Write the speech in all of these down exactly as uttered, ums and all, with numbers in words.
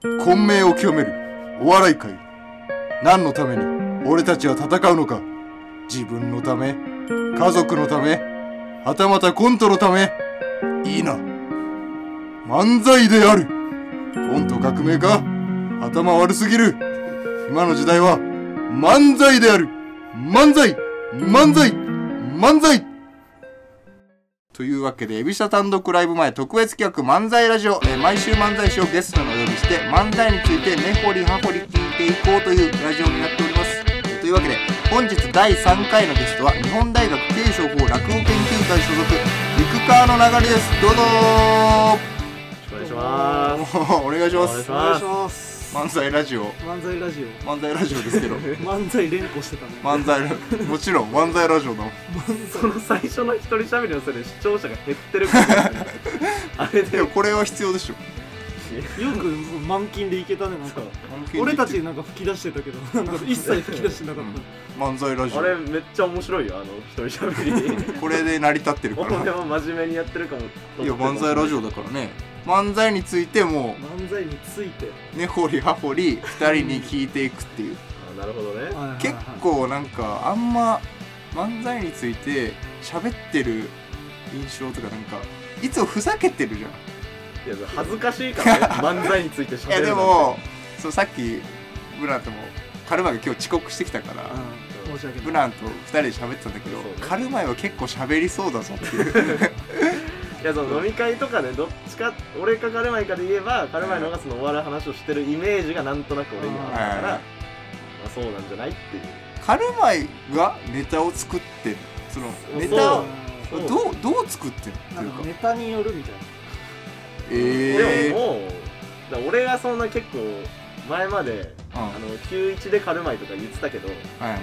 混迷を極めるお笑い界。何のために俺たちは戦うのか。自分のため、家族のため、はたまたコントのため。いいな、漫才である。コント革命か、頭悪すぎる。今の時代は漫才である。漫才漫才漫才というわけで、エビシャ単独ライブ前特別企画漫才ラジオ、えー、毎週漫才師をゲストにお呼びして漫才について根掘り葉掘り聞いていこうというラジオになっております。えー、というわけで本日だいさんかいのゲストは日本大学慶尚法落語研究会所属陸川の流れです。どうぞお願いします。 お願いします。 お願いします。 漫才ラジオ漫才ラジオ漫才ラジオですけど漫才連呼してたね。 漫才もちろん漫才ラジオだもん。 その最初の一人喋りのせいで視聴者が減ってるからあれでいやこれは必要でしょ。 よく満勤でいけたね。なんか俺たちなんか吹き出してたけどなんか一切吹き出してなかった、 うん、漫才ラジオあれめっちゃ面白いよ、あの一人喋りこれで成り立ってるから俺も真面目にやってるかも。 いや漫才ラジオだからね。漫才についても漫才について根掘り葉掘りふたりに聞いていくっていうあ、なるほどね。 結構なんかあんま漫才について喋ってる印象とか、なんかいつもふざけてるじゃん。 いや恥ずかしいからね漫才について喋る。 いやでもそうさっきブランともカルマが今日遅刻してきたから、 うん、申し訳ない。 ブランとふたりで喋ってたんだけど、ね、カルマは結構喋りそうだぞっていういやその飲み会とかね、どっちか俺かカルマイかで言えばカルマイの方がそのお笑い話をしてるイメージがなんとなく俺にはあるから、まあ、そうなんじゃないっていう。 カルマイがネタを作ってる、そのネタをどうどう作ってるっていうか、 ネタによるみたいな。 えー、 でももうだ俺がそんな結構前まで、うん、あのきゅういちでカルマイとか言ってたけど、はい、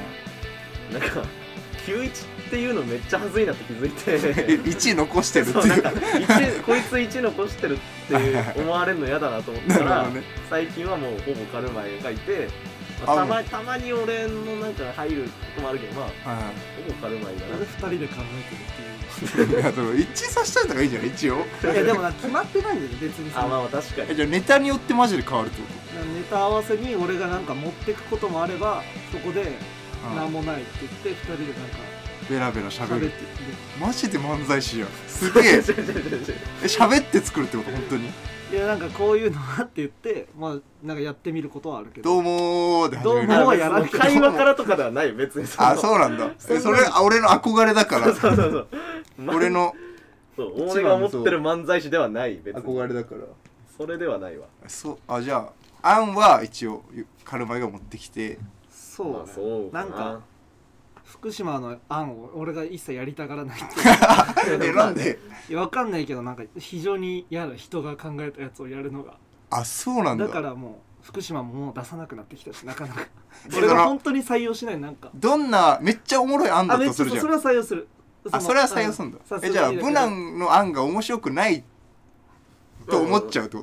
なんかきゅういちっていうのめっちゃ恥ずいなって気づいていち残してるっていうそうなんかいちこいついち残してるって思われるの嫌だなと思ったら、ね、最近はもうほぼカルマイが書いて、まあ、たまたまに俺のなんか入ることもあるけど、まあ、はい、ほぼカルマイだな。 俺ふたりで考えてるっていういやでも一致させたいのがいいんじゃない一応。 いやでもな決まってないんだよ別に。 あ、まあまあ確かに。 じゃあネタによってマジで変わるってこと？ ネタ合わせに俺がなんか持ってくこともあれば、そこでなんもないって言ってふたりでなんかベラベラ喋るって。マジで漫才師やん。すげえ喋って作るってこと本当に。 いやなんかこういうのがって言ってまあなんかやってみることはあるけど。 どうもーで始める。 どうもはやらないけど。 会話からとかではないよ別に。 あ、そうなんだ。それそれ俺の憧れだから。 そうそうそう。 俺のそう俺が思ってる漫才師ではない別に。 憧れだから。 それではないわ。 そう、あ、じゃあ案は一応カルマイが持ってきて。 そう、ね、 まあ、そうかな。 なんか福島の案を俺が一切やりたがらないってえ、なんで？ いやわかんないけどなんか非常に嫌な人が考えたやつをやるのが。 あ、そうなんだ。 だからもう福島ももう出さなくなってきたし、なかなか俺が本当に採用しない。なんかどんなめっちゃおもろい案だとするじゃん。 それは採用する。 あ、それは採用するんだ。え、じゃあブナンの案が面白くないと思っちゃうってこと？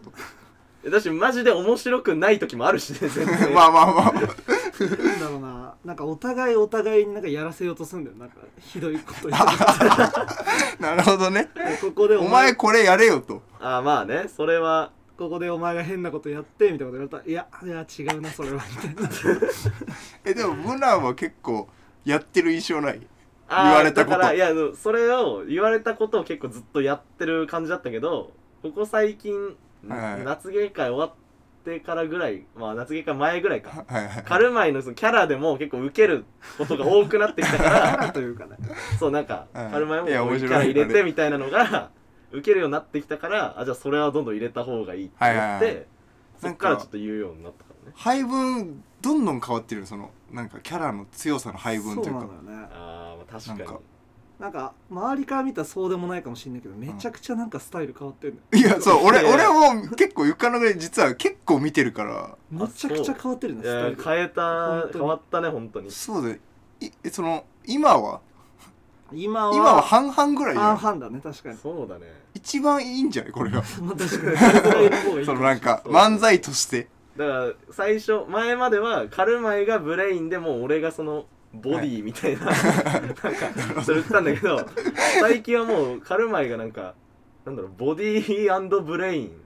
だしマジで面白くない時もあるしね全然まあまあまあなんだろうな、なんかお互いお互いになんかやらせようとするんだよ。なんかひどいこと言ってなるほどね。 ここでお, お前これやれよと。 あ、まあね、それはここでお前が変なことやってみたいなこと言われたら、いやいや違うなそれはみたいなえ、でもブナンは結構やってる印象ない？言われたこと。 だからいやそれを言われたことを結構ずっとやってる感じだったけど、ここ最近はい、夏芸会終わってからぐらい、まあ夏芸会前ぐらいか、はいはい、カルマイのそのキャラでも結構ウケることが多くなってきたからキャラというかね、そうなんか、はい、カルマイもキャラ入れてみたいなのがウケるようになってきたから、あ、じゃあそれはどんどん入れた方がいいって思って、はいはいはい、そっからちょっと言うようになったからね。 配分どんどん変わってる、そのなんかキャラの強さの配分というか。 そうなんだよね。 あ、まあ確かに。 なんか周りから見たらそうでもないかもしれないけど、めちゃくちゃなんかスタイル変わってる、 うん、いやそう俺俺も結構床の上実は結構見てるからめちゃくちゃ変わってるね。 スタイル変えた変わったね本当に。 そうで、いその今は今は今は半々ぐらい。 半々だね確かに。 そうだね。 一番いいんじゃないこれがまあ確かにそのなんか漫才としてだから最初前まではカルマイがブレインでもう俺がそのボディみたいな、はい、なんかそれ言ってたんだけど最近はもうカルマイがなんかなんだろうボディー&ブレイン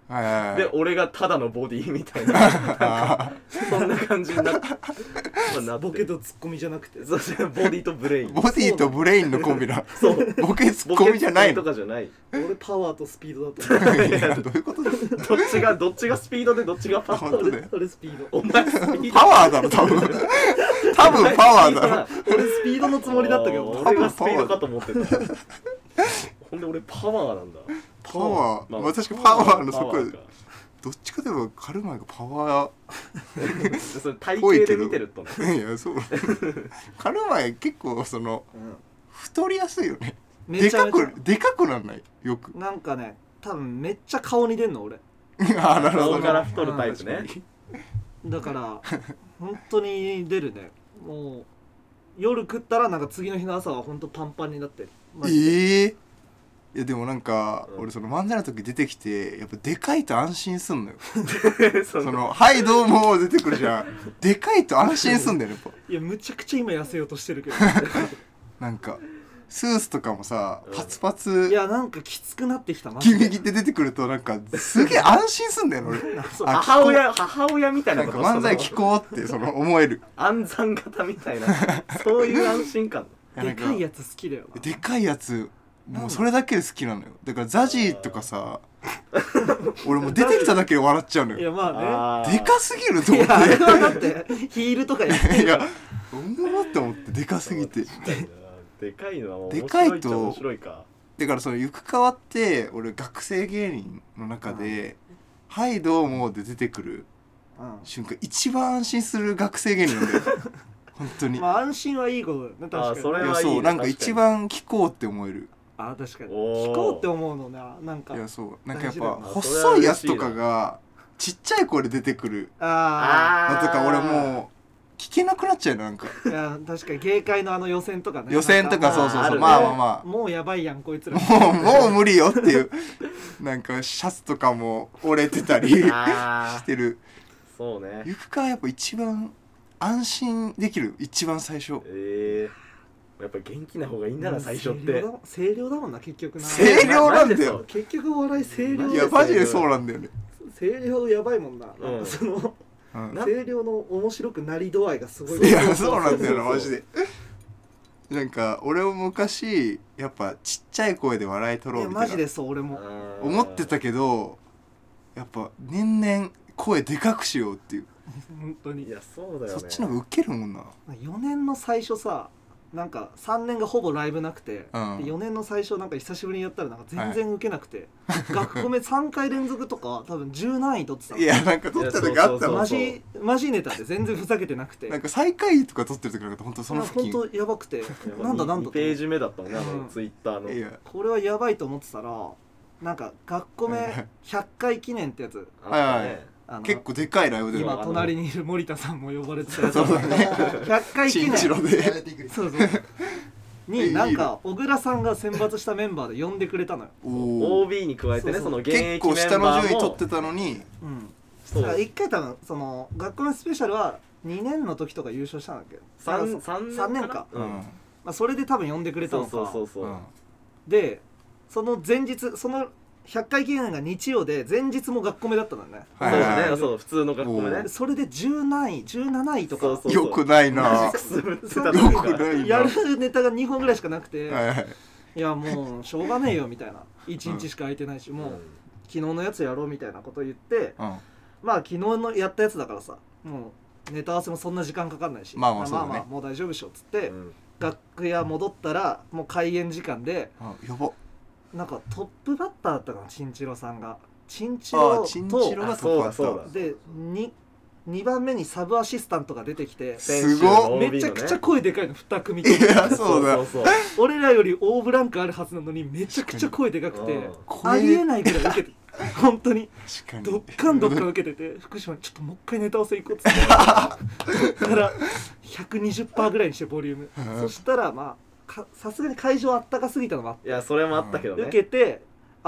はいはいはい、 で俺がただのボディみたいななんかそんな感じになって、まあ、なってボケとツッコミじゃなくてそうそうボディとブレインボディとブレインのコンビなそうボケツッコミじゃないのボケツッコミとかじゃない俺パワーとスピードだったいやどういうことだよどっちがどっちがスピードでどっちがパワーで本当だよ俺スピードお前スピードパワーだろ多分多分パワーだろ俺スピードのつもりだったけど俺がスピードかと思ってたほんで俺パワーなんだパワー、 まあまあ、確かパワーのそこパワーかどっちかといえばカルマがパワそれ体型で見てるとねーいやそうカルマ結構そのうん太りやすいよねめでかちゃめちゃくでかくなんないよくなんかね多分めっちゃ顔に出んの俺あなるほど顔から太るタイプねだから本当に出るねもう夜食ったらなんか次の日の朝は本当パンパンになってるマジでええー、いやでもなんか、 うん俺その漫才の時出てきてやっぱでかいと安心すんのよそその「はいどうも」出てくるじゃんでかいと安心すんだよねやっぱいやむちゃくちゃ今痩せようとしてるけどなんかスースとかもさうんパツパツいやなんかきつくなってきたマジでギミギって出てくるとなんかすげえ安心すんだよね俺そうあ母親母親みたいななんことか漫才聞こうってその思える暗算型みたいなそういう安心感でかいやつ好きだよなでかいやつもうそれだけで好きなのよだからザジーとかさ俺もう出てきただけで笑っちゃうのよいやまああーでかすぎると思っねいやあれはだってヒールとかやってていやるからおもろって思ってでかすぎてでかいのは面でかいと白いっちゃ面白いかだからその行く川って俺学生芸人の中で「はいどうも」で出てくるうん瞬間一番安心する学生芸人なんだよ本当に、 まあ安心はいいことだよね確かにあそれいやはいいねそうなんか確かに一番聞こうって思えるあ確かにおー聞こうって思うのななんかいやそうなんかやっぱ大事だよな細いやつとかがちっちゃい声で出てくるあのとか俺もう聞けなくなっちゃうのなんかあいや確かに芸会のあの予選とかね予選とかなんそうそうそうあるねまあまあまあもうやばいやんこいつらもうもう無理よっていうなんかシャツとかも折れてたりしあてるーそうねゆくかはやっぱ一番安心できる一番最初えー、やっぱ元気な方がいいんだな最初っ声て量だ声量だもんな結局な声量なんだよマジでそう結局お笑い声量いやマジでそうなんだよね、 声量やばいもんな、 うんなんかそのうん、 な声量の面白くなり度合いがすごいいやそうなんだよなそうそうそうマジでなんか俺も昔やっぱちっちゃい声で笑い取ろいうやみたいなマジでそう俺も思ってたけどやっぱ年々声でかくしようっていう、 本当にいやそうだよねそっちの方がウケるもんなよねんの最初さなんかさんねんがほぼライブなくて、 うんでよねんの最初なんか久しぶりにやったらなんか全然ウケなくて、学コメさんかい連続とか多分じゅうなんい取ってたのいやなんか撮った時あったそうもんマジマジネタで全然ふざけてなくてなんか最下位とか撮ってる時なんかほんとその付近本当やばくてなんだなんだにページ目だったもんねあうんのツイッターのいやこれはやばいと思ってたらなんか学コメひゃっかい記念ってやつあったねはいはいあの結構でかいライブで今あの隣にいる森田さんも呼ばれてたやつそうだねひゃっかい記チンチロ念でそうそうになんか小倉さんが選抜したメンバーで呼んでくれたのよ、 おおオービー に加えてねそうそうその現結役メ構下のンバーも順位取ってたのにうん、 そうだから一回多分その学校のスペシャルはにねんの時とか優勝したんだっけど三三三年か、 うんまあ、それで多分呼んでくれたそうのかそうそうそううんでその前日そのひゃっかい記念が日曜で前日も学コメだったのね、 はいそうはいはいねそう普通の学校もねでそれでじゅう何位じゅうなないとかそうそうそうよくないなくすぶってそたのよくないなやるネタがにほんぐらいしかなくて、 はいはいいやもうしょうがねえよみたいないちにちしか空いてないし、もううん昨日のやつやろうみたいなこと言ってうんまあ昨日のやったやつだからさもうネタ合わせもそんな時間かかんないしまあまあそうだねまあもう大丈夫でしょっつって、 うん楽屋戻ったらもう開演時間であやばなんかトップバッターだったかなチンチロさんがチンチあロチンチロとがあそうトップバッタだそうだーで 2, 2番目にサブアシスタントが出てきてすごっめちゃくちゃ声でかいのに組といやそうだそうそう俺らより大ブランクあるはずなのにめちゃくちゃ声でかくてうんありえないぐらい受けて本当に確かにどっかんどっかん受けてて福島にちょっともう一回ネタ合わせ行こうっつってそっから ひゃくにじゅっパーセント ぐらいにしてボリュームうんそしたらまあかさすがに会場あったかすぎたのもあっていやそれもあったけどね受けてあ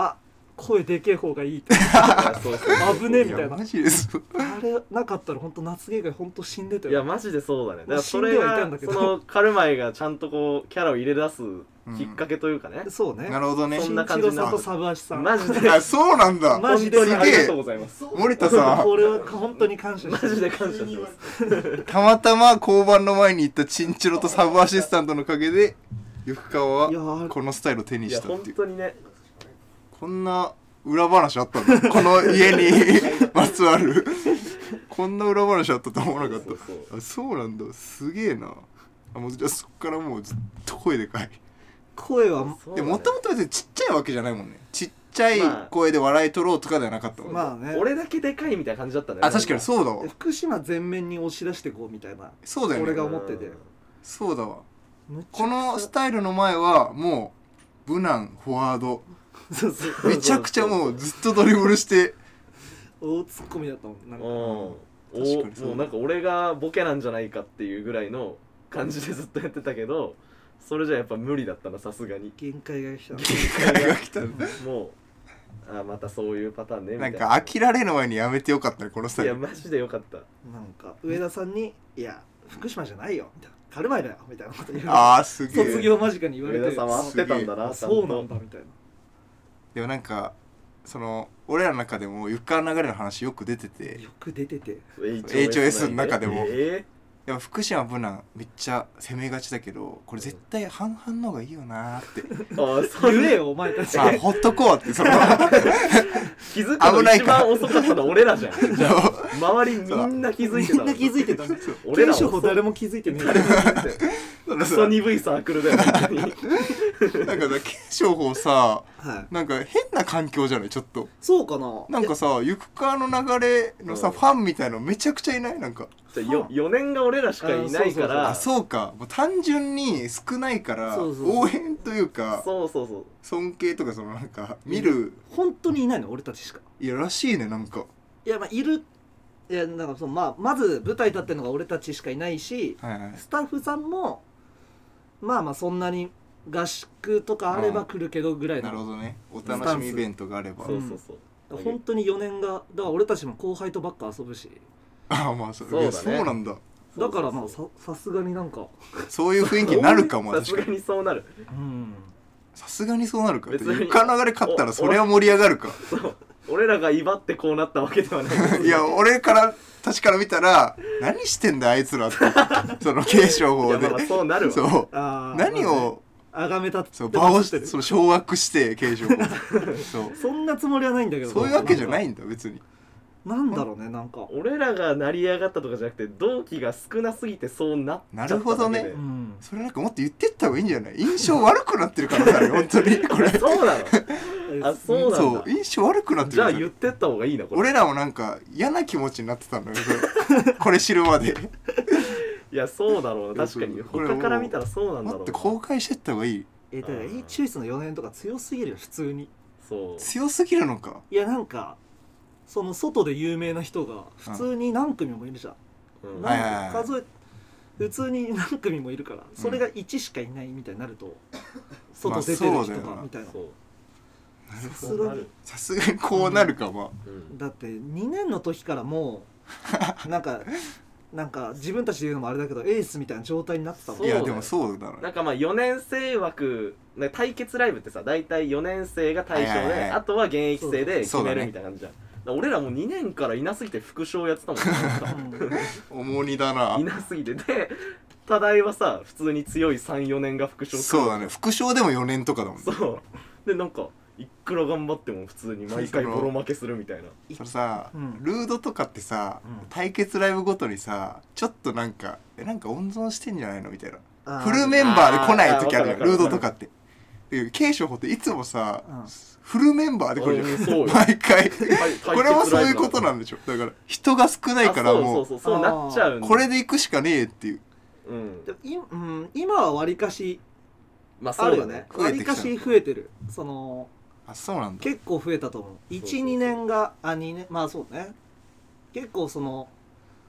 声でけえ方がいいってそうそう危ねえみたいな。 マジですあれなかったら本当夏芸界本当死んでたよ。 いやマジでそうだね。だからそ死んでれがはいたんだけどそのカルマイがちゃんとこうキャラを入れ出すきっかけというかね、 そうね。 なるほどねそんな新一郎感じになるさんとサブアシさん。 マジであそうなんだマジで本当にありがとうすございます。 森田さん俺は本当に感謝してる。 マジで感謝してます。 たまたま交番の前に行ったチンチロとサブアシスタントのおかげでゆくかわいやーはこのスタイルを手にいや本したっていう当にね、 こんな裏話あったんだこの家にまつわるこんな裏話あったと思わなかった。 そうそうそうあそうなんだすげえな。あもうじゃあそっからもうずっと声でかい。 声はそうだねでもともと別にちっちゃいわけじゃないもんね。ちっちゃい声で笑い取ろうとかではなかったもんね、 まあね。 俺だけでかいみたいな感じだったね。 あ確かにそうだわ。 福島全面に押し出してこうみたいな。 そうだよね俺が思ってて。 そうだわ。 むちゃくちゃこのスタイルの前はもう無難フォワードそうそうめちゃくちゃもうずっとドリブルして大ツッコミだったもん。なんうん、 か確かにそうおもうなんか俺がボケなんじゃないかっていうぐらいの感じでずっとやってたけど、それじゃやっぱ無理だったな、さすがに。 限界が来た。 会が来たのもうあまたそういうパターンねみたないんな。 か飽きられる前にやめてよかったねこのスタイル。 いやマジでよかった。 なんか上田さんに「いや福島じゃないよ」みたいな「カルマイだよ」みたいなこと言わあーすげえ。 れて卒業間近に言われて上田さんは合ってたんだな、 あちゃんとそうなんだみたいな。 でもなんかその俺らの中でも床の流れの話よく出てて、 よく出ててエエイチオエス の中でもえやっぱ福島無難めっちゃ攻めがちだけどこれ絶対半々の方がいいよなーってー、あそ言えよお前たち。 あほっとこうってその気づくの一危ないから番遅かったの俺らじゃん。じゃあ周りみんな気づいてたの。 みんな気づいてたね。 俺ら検証法誰も気づいてねそのさクソ鈍いサークルだよ本当に。 なんかさ検証法さえ。はい。 なんか変な環境じゃないちょっとそうかな。 なんかさゆくかの流れのさ、 うんファンみたいのめちゃくちゃいないなんかじゃあよよねんが俺らしかいないから。 あそうかもう単純に少ないからそうそうそう応援というかそうそうそう。 尊敬とかそのなんか見る本当にいないの俺たちしか。 いやらしいねなんかいやまあいる。いやなんかそのまあまず舞台立ってるのが俺たちしかいないし、 はいはいスタッフさんもまあまあそんなに合宿とかあれば来るけどぐらいの、 なるほどねお楽しみイベントがあればそうそうそう。 本当によねんがだから俺たちも後輩とばっか遊ぶし、 ああまあそうそうだねいやそうなんだだからまあささすがになんかそういう雰囲気になるかもさすが確かににそうなる。 うんさすがにそうなるか別に床の流れ勝ったらそれは盛り上がるかそう俺らが威張ってこうなったわけではない。 いや俺からたちから見たら何してんだあいつらってその継承法でいやまあまあそうなるわ。 そうあー何をあがめたってそう場をってるその掌握して継承法そうそんなつもりはないんだけどそういうわけじゃないいんだ別になんだろうねなんか俺らが成り上がったとかじゃなくて同期が少なすぎてそうなっちゃっただけで。 なるほどねうんそれなんかもっと言ってった方がいいんじゃない印象悪くなってる可能性あるよ本当にこれそうなの。あそうなんだ。 そう印象悪くなってるじゃあから言ってった方がいいなこれ。 俺らもなんか嫌な気持ちになってたんだよそれこれ知るまでいやそうだろうな確かに。 いやそうこれもう他から見たらそうなんだろうな。 もっと公開してった方がいいえだから エイチオーエス のよねんとか強すぎるよ普通に。 そう。 強すぎるのかいやなんかその外で有名な人が普通に何組もいるじゃん、 うんなんはいはいはいか数え普通に何組もいるからそれがいちしかいないみたいになると、外出てる人まあそうだよながみたいな、 そう。 さすそうなるがに。 さすがにこうなるかまあうんだってにねんの時からもうなんかなんか自分たちで言うのもあれだけどエースみたいな状態になってたもんそうだよいやでもそうだななんかまあよねん生枠ね対決ライブってさ大体よねん生が対象で、 はいはいはいあとは現役生で決そうだねめるみたいな感じじゃん。だから俺らもにねんからいなすぎて副賞やってたもんね重荷だないなすぎてで多大はさ普通に強いさんよねんが副賞そうだね副賞でもよねんとかだもんねそうでなんかいくら頑張っても普通に毎回ボロ負けするみたいな。 それさ、 うんルードとかってさ、 うん対決ライブごとにさちょっとなんかえなんか温存してんじゃないのみたいなあーフルメンバーで来ない時あるじゃんあーわかるわかるルードとかってで継承法っていつもさ、 うんフルメンバーで来るじゃんうんそうよ毎回対これもそういうことなんででしょだから人が少ないからそうもそうそうそうなっちゃうんだこれで行くしかねえっていううんでもいうん、今はわりかしまあそうだねあるよね増えてきたわりかし増えてるそのあそうなんだ結構増えたと思うそうそうそういちにねんがあにねんまあそうね結構その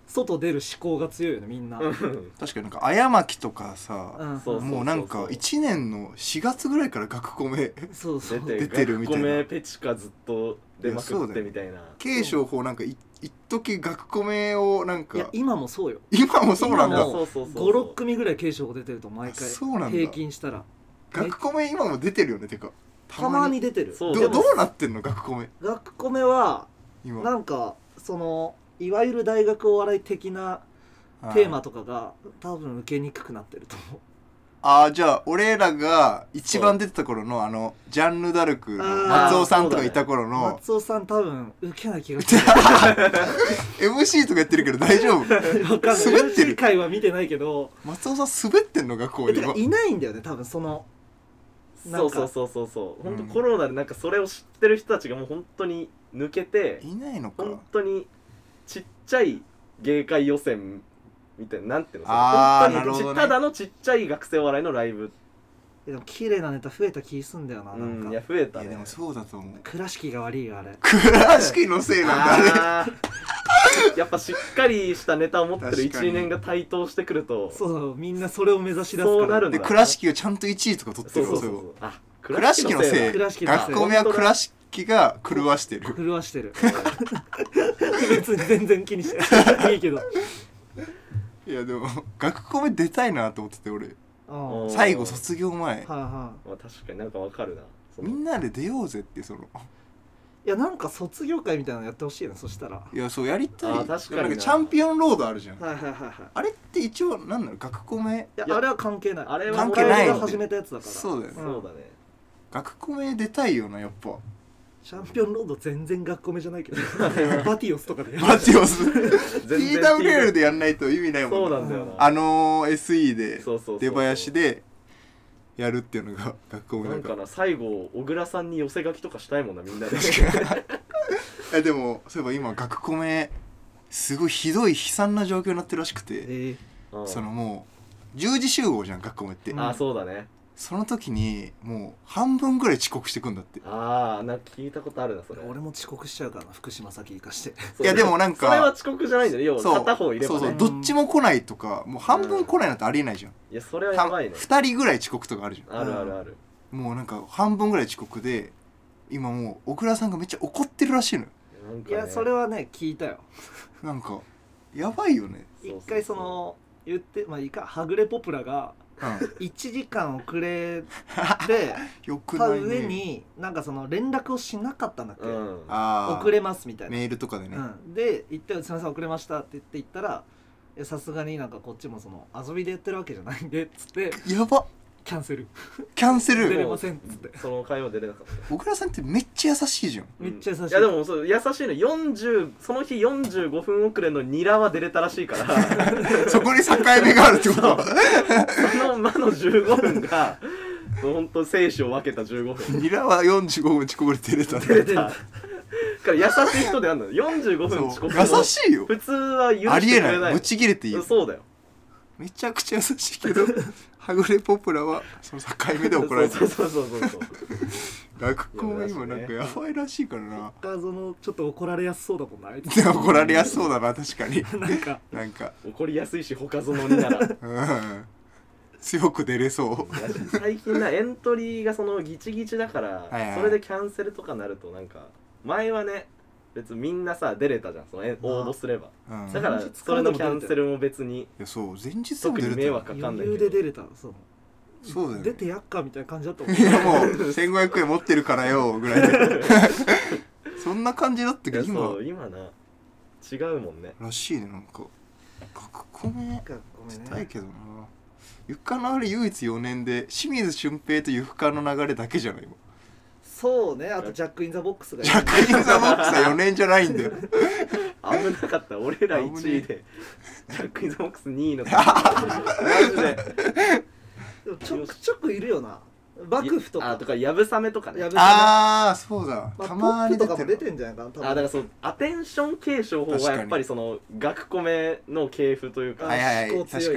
外出る思考が強いよねみんな、うん、 確かになんか綾巻とかさ、 うん、 そうそうそうそうもうなんかいちねんのしがつぐらいから学コメそうそう出て出てるみたいな。 学コメペチカずっと出まくってみたいな。 慶尚法なんかい一時学コメをなんかいや今もそうよ。 今もそうなんだ。 ごろっくみぐらい継承が出てると毎回平均したら。 学コメ今も出てるよね。てかたまに出てる。 ど, どうなってんの学コメ。 学コメはなんかそのいわゆる大学お笑い的なテーマとかが多分受けにくくなってると思う。 ああ、じゃあ俺らが一番出てた頃のあのジャンヌ・ダルクの松尾さんとかいた頃の、 ね、松尾さん多分受けない気がするエムシー とかやってるけど大丈夫？ わかんない。 エムシー 回は見てないけど松尾さん滑ってんの学校でいないんだよね多分そのそうそうそうそうそう本当、うん、コロナでなんかそれを知ってる人たちがもう本当に抜けていないのか。 本当にちっちゃい芸会予選みたいな、なんていうの、 あ本当に、ね、ただのちっちゃい学生お笑いのライブ。 でも綺麗なネタ増えた気すんだよな。なんか、 うん、いや増えたね。 いやでもそうだと思う。 倉敷が悪いよあれ。 倉敷のせいなんだね。 やっぱしっかりしたネタを持ってるいち、にねんが台頭してくると、 そうみんなそれを目指し出すから。 そうなるんだ。 で倉敷がちゃんといちいとか取ってる。 そうそうそう。あ、 倉敷のせい。学校目は倉敷が狂わしてる。 狂わしてる。別に全然気にしてない。いいけど。 いやでも学校目出たいなと思ってて俺。最後卒業前。はいはい。 まあ確かになんかわかるな。 みんなで出ようぜってその。 いやなんか卒業会みたいなのやってほしいなそしたら。 いやそうやりたい。 あ確かに。 なんかチャンピオンロードあるじゃん。 はいはいはいはい。 あれって一応なんだろう学校目。 いやあれは関係ない。 あれは関係ない。 が始めたやつだから。 そうだよね。 そうだね。 学校目出たいよなやっぱ。 チャンピオンロード全然学校目じゃないけどバティオスとかでバティオス ティーダブリューエル でやんないと意味ないもん。 そうなんだよな。 あの エスイー で出囃子でやるっていうのが学校目なんかな。最後小倉さんに寄せ書きとかしたいもんなみんなで。 えでもそういえば今学校目すごいひどい悲惨な状況になってるらしくて、えー、そのもうじゅうじ集合じゃん学校目って。 ああそうだね。 その時にもう半分ぐらい遅刻してくんだって。 ああなんか聞いたことあるなそれ。 俺も遅刻しちゃうからな福島先行かして。 いやでもなんかそれは遅刻じゃないんだよ。要は片方いればね。 そうそうどっちも来ないとかもう半分来ないなんてありえないじゃん。 いやそれはやばいね。 ふたりぐらい遅刻とかあるじゃん。 あるあるある。 もうなんか半分ぐらい遅刻で今もう小倉さんがめっちゃ怒ってるらしいのよ。 いやそれはね聞いたよ。 なんかやばいよね。 一回その言ってまあいいかはぐれポプラがいちじかん遅れでた上になんかその連絡をしなかったんだっけ、うん、遅れますみたいなメールとかでね、 うん、で言って「すみません遅れました」って言って言ったらさすがになんかこっちもその遊びでやってるわけじゃないんでっつってやばキャンセルキャンセル出れませんっつってその会話出れなかった小倉さんってめっちゃ優しいじゃん、 うん、めっちゃ優しい。 いやでもそう優しいのよんじゅうその日よんじゅうごふん遅れのニラは出れたらしいからそこに境目があるってことその間のじゅうごふんが本当生死を分けたじゅうごふんニラはよんじゅうごふん遅刻で出れたんだ出れたから優しい人であんのよんじゅうごふん遅刻優しいよ普通は許してくれない。 ありえないぶち切れていいよ。 そうだよめちゃくちゃ優しいけどはぐれポプラはその境目で怒られてる。 そうそうそうそうそう学校は今なんかやばいらしいからな。 そのちょっと怒られやすそうだもんな。 怒られやすそうだな確かになんかなんか怒りやすいし他園にならうん強く出れそう最近なエントリーがそのギチギチだから、はいはい、それでキャンセルとかなるとなんか前はね別にみんなさ出れたじゃんその応募すれば、うん、だからそれのキャンセルも別にいやそう前日特に迷惑かかんないけど余裕で出れたそうそうだよ、ね、 出てやっかみたいな感じだったもん。 いやもうせんごひゃくえん持ってるからよぐらいでそんな感じだったけど今そう今な違うもんねらしいね。なんか学校目したいけどな。ゆかのあれ唯一よねんで清水俊平とゆかの流れだけじゃない今。 そうね。あとジャックインザボックスがジャックインザボックスはよねんじゃないんだよ危なかった俺らいちいでジャックインザボックスにいのマジででもちょくちょくいるよな。幕府とかあとかやぶさめとかね。 ああそうだ、 まあ、たまにポップとかも出てんじゃないかな多分。 あだからそうアテンション継承法はやっぱりその学コメの系譜というか、 はいはいはい確かに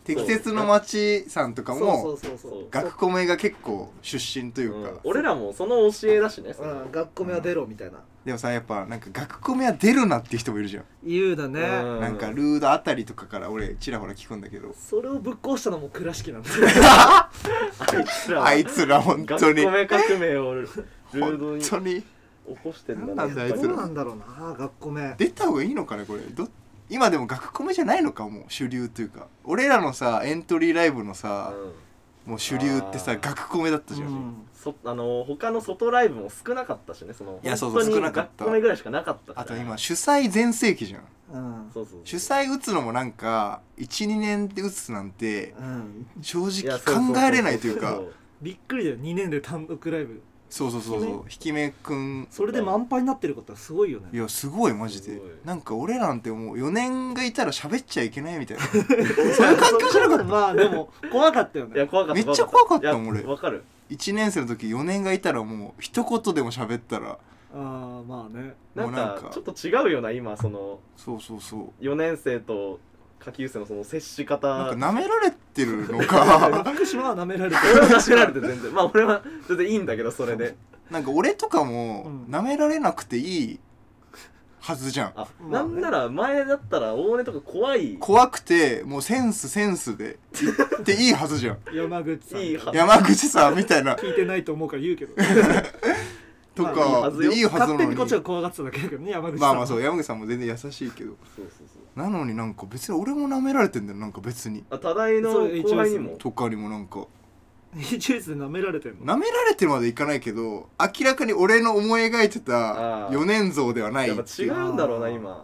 適切の町さんとかも学コメが結構出身というか、 うん、俺らもその教えだしね、 うん、学コメは出ろみたいな、うん、 でもさやっぱなんか学コメは出るなっていう人もいるじゃん。 言うだね、 うん、なんかルードあたりとかから俺ちらほら聞くんだけど、 それをぶっ壊したのも倉敷なんだよあいつらあいつら本当に学コメ革命をルードに本当に起こしてんだね。 なんだあいつらどうなんだろうな。学コメ出た方がいいのかねこれ。ど今でも学コメじゃないのかもう主流というか、俺らのさエントリーライブのさ、うん、もう主流ってさ学コメだったじゃん、うん、 そあの他の外ライブも少なかったしね、そのいやそうそう少なかった。 学コメぐらいしかなかったから。 あと今主催全盛期じゃん、 うん、 そうそうそう、 主催打つのもなんか いちにねんで打つなんて、うん、正直考えれないというかびっくりだよ。にねんで単独ライブ、 そうそうそうそう、ひきめくんそれで満杯になってることはすごいよね。 いやすごいマジで。なんか俺なんてもうよねんがいたら喋っちゃいけないみたいなそういう環境じゃなかったまあでも怖かったよね。 いや怖かった、 めっちゃ怖かったもん俺。 わかる。 いちねん生の時よねんがいたらもう一言でも喋ったら、 あーまあね、 なんかちょっと違うよな今そのそうそうそうよねん生と下級生のその接し方なんか舐められてるのか福島は舐められてる俺は舐められて全然まあ俺は全然いいんだけどそれでなんか俺とかも舐められなくていいはずじゃん、 あ、なんなら前だったら大根とか怖い怖くてもうセンスセンスで言っていいはずじゃん山口さんいい山口さんみたいな聞いてないと思うから言うけどとか、まあ、でいいはずなのに勝手にこっちは怖がってただけだけどね山口さん。 まあまあそう山口さんも全然優しいけど、そうそうそうなのになんか別に俺も舐められてんだよなんか別に。 あ多大の後輩にもとかにもなんかエイチエス で舐められてんの。 舐められてまでいかないけど明らかに俺の思い描いてたよねん像ではない。 やっぱ違うんだろうな今。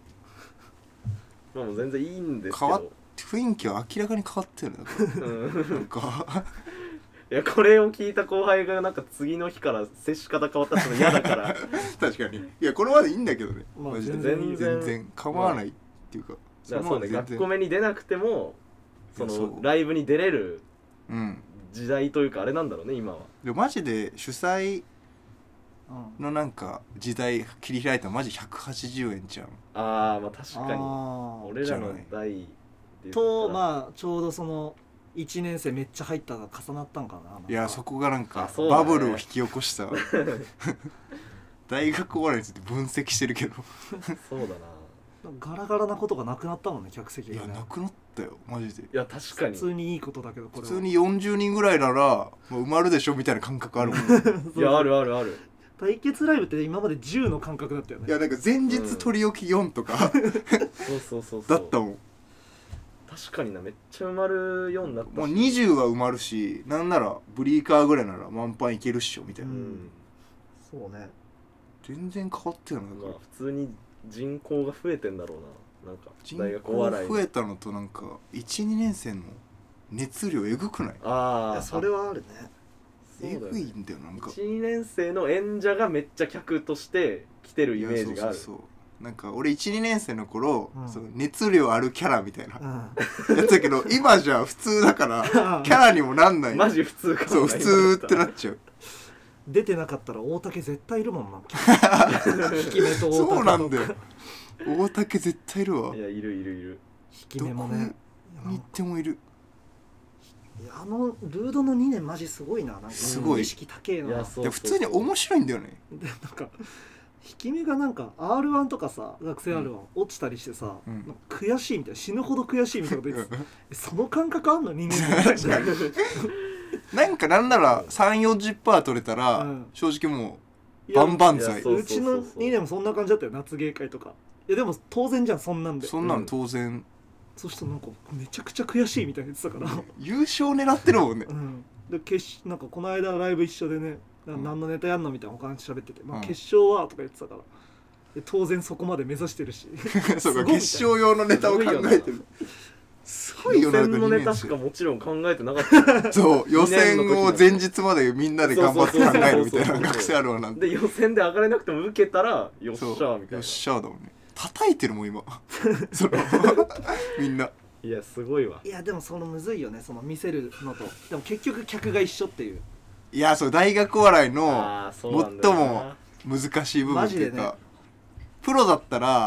そうまあもう全然いいんですけど変わっ雰囲気は明らかに変わってるねなんかいやこれを聞いた後輩がなんか次の日から接し方変わったら嫌だから確かにいやこれまでいいんだけどね、 まあ、 マジで全然全然構わないっていうか、 まあ、そうね学校目に出なくてもそのライブに出れる時代というかあれなんだろうね今は。 でマジで主催のなんか時代切り開いたらマジひゃくはちじゅうえんちゃう。 ああまあ確かに俺らの代とまあちょうどそのいちねん生めっちゃ入ったが重なったんかな。 いやそこがなんかバブルを引き起こした大学お笑いについて分析してるけどそうだなガラガラなことがなくなったもんね客席が、ね、 いやなくなったよマジで。 いや確かに普通にいいことだけどこれは普通によんじゅうにんぐらいならもう埋まるでしょみたいな感覚あるもんいやあるあるある。 対決ライブって今までじゅうの感覚だったよね。 いやなんか前日取り置きよんとか、うん、 そうそうそうそうだったもん。 確かになめっちゃ埋まるようになったしもうにじゅうは埋まるしなんならブリーカーぐらいなら満帆いけるっしょみたいな、うん、 そうね全然変わってるのまあ普通に人口が増えてんだろうな。なんか大学お笑い人口増えたのとなんかいちにねん生の熱量えぐくない？ ああそれはあるね。 えぐいんだよなんかいちにねん生の演者がめっちゃ客として来てるイメージがある。 そうそうそうなんか俺いちにねん生の頃、うん、その熱量あるキャラみたいな、うん、やつだけど今じゃ普通だからキャラにもなんないマジ普通かも。 そう普通ってなっちゃう。 出てなかったら大竹絶対いるもんな引き目と大竹とそうなんだよ大竹絶対いるわ。 いやいるいるいる引き目もねどこに行ってもいる。 いやあのルードのにねんマジすごいな。なんかすごい意識高えな。いやそうそうそう普通に面白いんだよね。 でなんか引き目がなんか アールワン とかさ学生 アールワン、うん、落ちたりしてさ、うん、なんか悔しいみたいな死ぬほど悔しいみたいなこと言ってその感覚あんのにねんみたいななんかなんなら さんじゅうよんじゅっパーセント 取れたら、うん、正直もうバンバン剤。 うちのにねんもそんな感じだったよ夏芸会とか。いやでも当然じゃんそんなんで。 そんなん当然、うん、 そしたらなんかめちゃくちゃ悔しいみたいに言ってたから優勝狙ってるもんね、 うん、で決なんかこの間ライブ一緒でね何のネタやんのみたいな他の人喋ってて、まあ、決勝はとか言ってたからで当然そこまで目指してるしそうか決勝用のネタを考えてる。すごいよな。 予選のネタしかもちろん考えてなかったそう予選を前日までみんなで頑張って考えるみたいな学生あるわなんて。 で予選で上がれなくても受けたらよっしゃーみたいな。 よっしゃーだもんね。叩いてるもん今そのみんな。 いやすごいわ。 いやでもそのむずいよねその見せるのと。でも結局客が一緒っていう。 いやそう大学お笑いの最も難しい部分っていうか、ね、プロだったら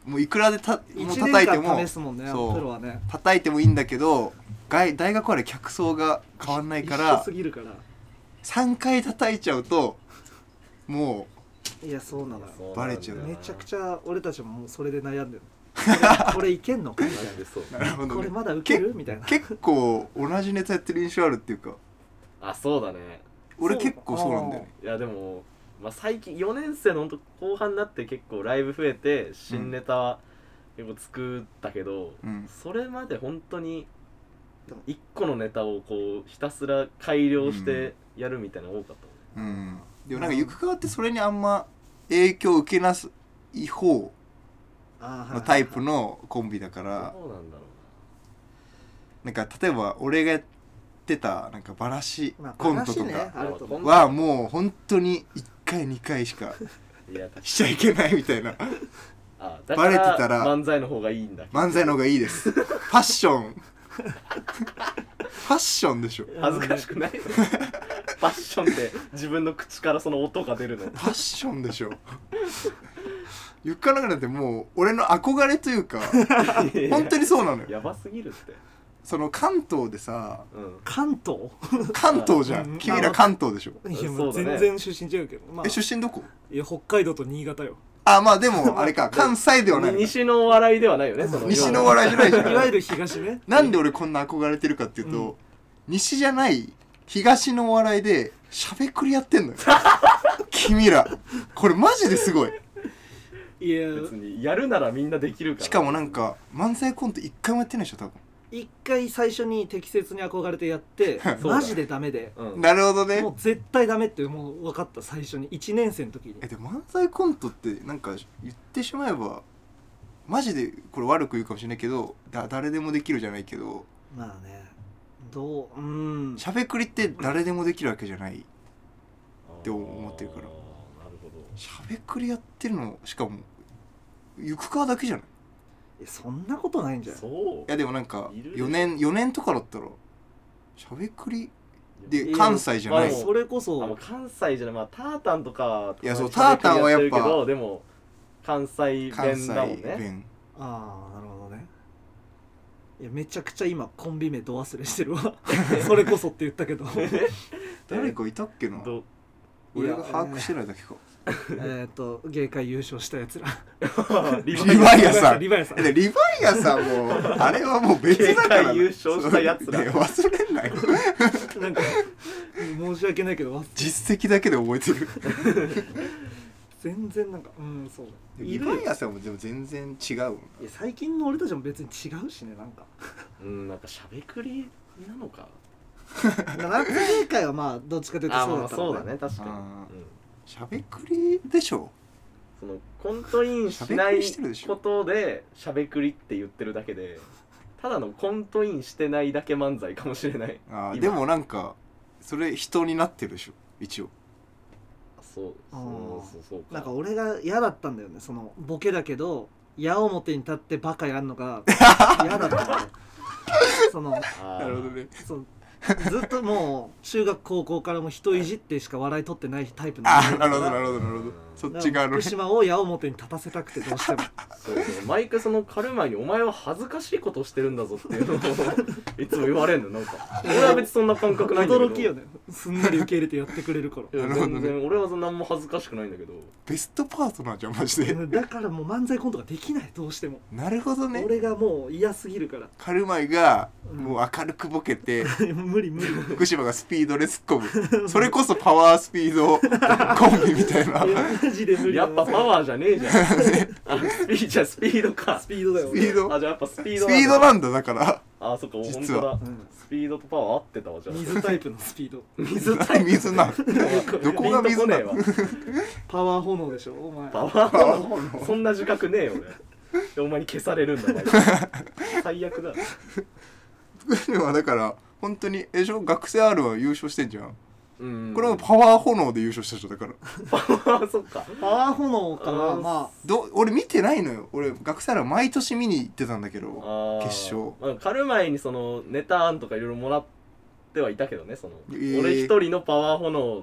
もういくらでたもう叩いても試すもんね、そうプロはね叩いてもいいんだけど大学はね客層が変わんないから一緒すぎるからさんかい叩いちゃうともういやそうなのよバレちゃう。 めちゃくちゃ俺たちももうそれで悩んでるこれいけんのかみたいなそうなるほど、ね、これまだ受けるみたいな結構同じネタやってる印象あるっていうかあそうだね俺結構そうなんだよね。 いやでも、まあ、最近よねん生のほんと後半になって結構ライブ増えて新ネタは結構作ったけど、うん、それまで本当にいっこのネタをこうひたすら改良してやるみたいなの多かったもんね、 うんうん、でもなんかゆくかわってそれにあんま影響を受けなすい方のタイプのコンビだから、 そうなんだろうな。なんか例えば俺がやってたなんかバラシコントとかはもう本当にいっかいにかいしかしちゃいけないみたいなあだからバレてたら漫才の方がいいんだ。 漫才の方がいいですファッションファッションでしょ。 恥ずかしくないのファッションって自分の口からその音が出るのファッションでしょゆっかなくなんてもう俺の憧れというか本当にそうなのよ。 やばすぎるってその関東でさ、 うん、関東関東じゃん、うん、君ら関東でしょ。 いやもう全然出身違うけど、まあ、 え出身どこ？ いや北海道と新潟よ。 あまあでもあれか関西ではない西のお笑いではないよねその西のお笑いじゃないじゃんいわゆる東ね。 なんで俺こんな憧れてるかっていうと、うん、西じゃない東のお笑いでしゃべくりやってんのよ君らこれマジですごい。 いや別にやるならみんなできるから。 しかもなんか漫才コント一回もやってないでしょ多分。 一回最初に適切に憧れてやってマジでダメで、 うん、なるほどね。 もう絶対ダメってもう分かった最初にいちねん生の時に。 えでも漫才コントってなんか言ってしまえばマジでこれ悪く言うかもしれないけどだ誰でもできるじゃないけどまあねどううんしゃべくりって誰でもできるわけじゃないって思ってるから。なるほど。 しゃべくりやってるのしかもゆくかわだけじゃない。 えそんなことないんじゃない。 そういやでもなんかよねんよねんとかだったらしゃべくりで関西じゃない。 それこそあ関西じゃないまあタータンとかいやそうタータンはやっぱでも関西弁だもんね。 ああなるほどね。いやめちゃくちゃ今コンビ名ど忘れしてるわそれこそって言ったけど誰かいたっけな。俺が把握してないだけか。 えっと芸会優勝したやつらリヴァイアさんリヴァイアさんリヴァイアさんもあれはもう別だから芸会優勝したやつら忘れんなよなんか申し訳ないけど実績だけで覚えてる全然なんかうんそうリヴァイアさんもでも全然違う。いや最近の俺たちも別に違うしねなんかうんなんかしゃべくりなのか夏芸会はまあどっちかというとそうだったのね。そうだね確かに。 しゃべくりでしょ。 そのコントインしないことでしゃべくりって言ってるだけでただのコントインしてないだけ漫才かもしれない。 あでもなんかそれ人になってるでしょ一応。 そうそうそうそうか。 なんか俺が嫌だったんだよねそのボケだけど矢面に立ってバカやるのが嫌だったんだよそのなるほどね。 そうずっともう中学高校からも人いじってしか笑い取ってないタイプのあなるほどなるほどなるほど。そっち側の福島を矢面に立たせたくてどうしてもそうそう毎回その狩る前にお前は恥ずかしいことをしてるんだぞっていうのをいつも言われるのなんか俺は別にそんな感覚ないんだけど驚きよねすんなり受け入れてやってくれるからいや全然俺は何も恥ずかしくないんだけどベストパートナーじゃんマジでだからもう漫才コントができないどうしても。 なるほどね。 俺がもう嫌すぎるから狩る前がもう明るくボケて、 うん、無理無理福島がスピードで突っ込むそれこそパワースピードコンビみたいな。 いやマジで無理。 やっぱパワーじゃねえじゃんあスピーじゃスピードかスピードだよ。 スピードあじゃあやっぱスピードスピードなんだだからあそっか実は本当だ、うん、スピードとパワー合ってたわじゃあ水タイプのスピード水タイプ水などこが水なのパワー炎でしょお前。 パワー炎そんな自覚ねえよ俺お前に消されるんだ最悪だ福島はだから本当にえしょ学生 R は優勝してんじゃん。 うんこれもパワー炎で優勝した人だからパワーそっかパワー炎かな。まあど俺見てないのよ。俺学生 R は毎年見に行ってたんだけど決勝、 まあ、狩る前にそのネタ案とかいろいろもらってはいたけどねその、 えー、 俺一人のパワー炎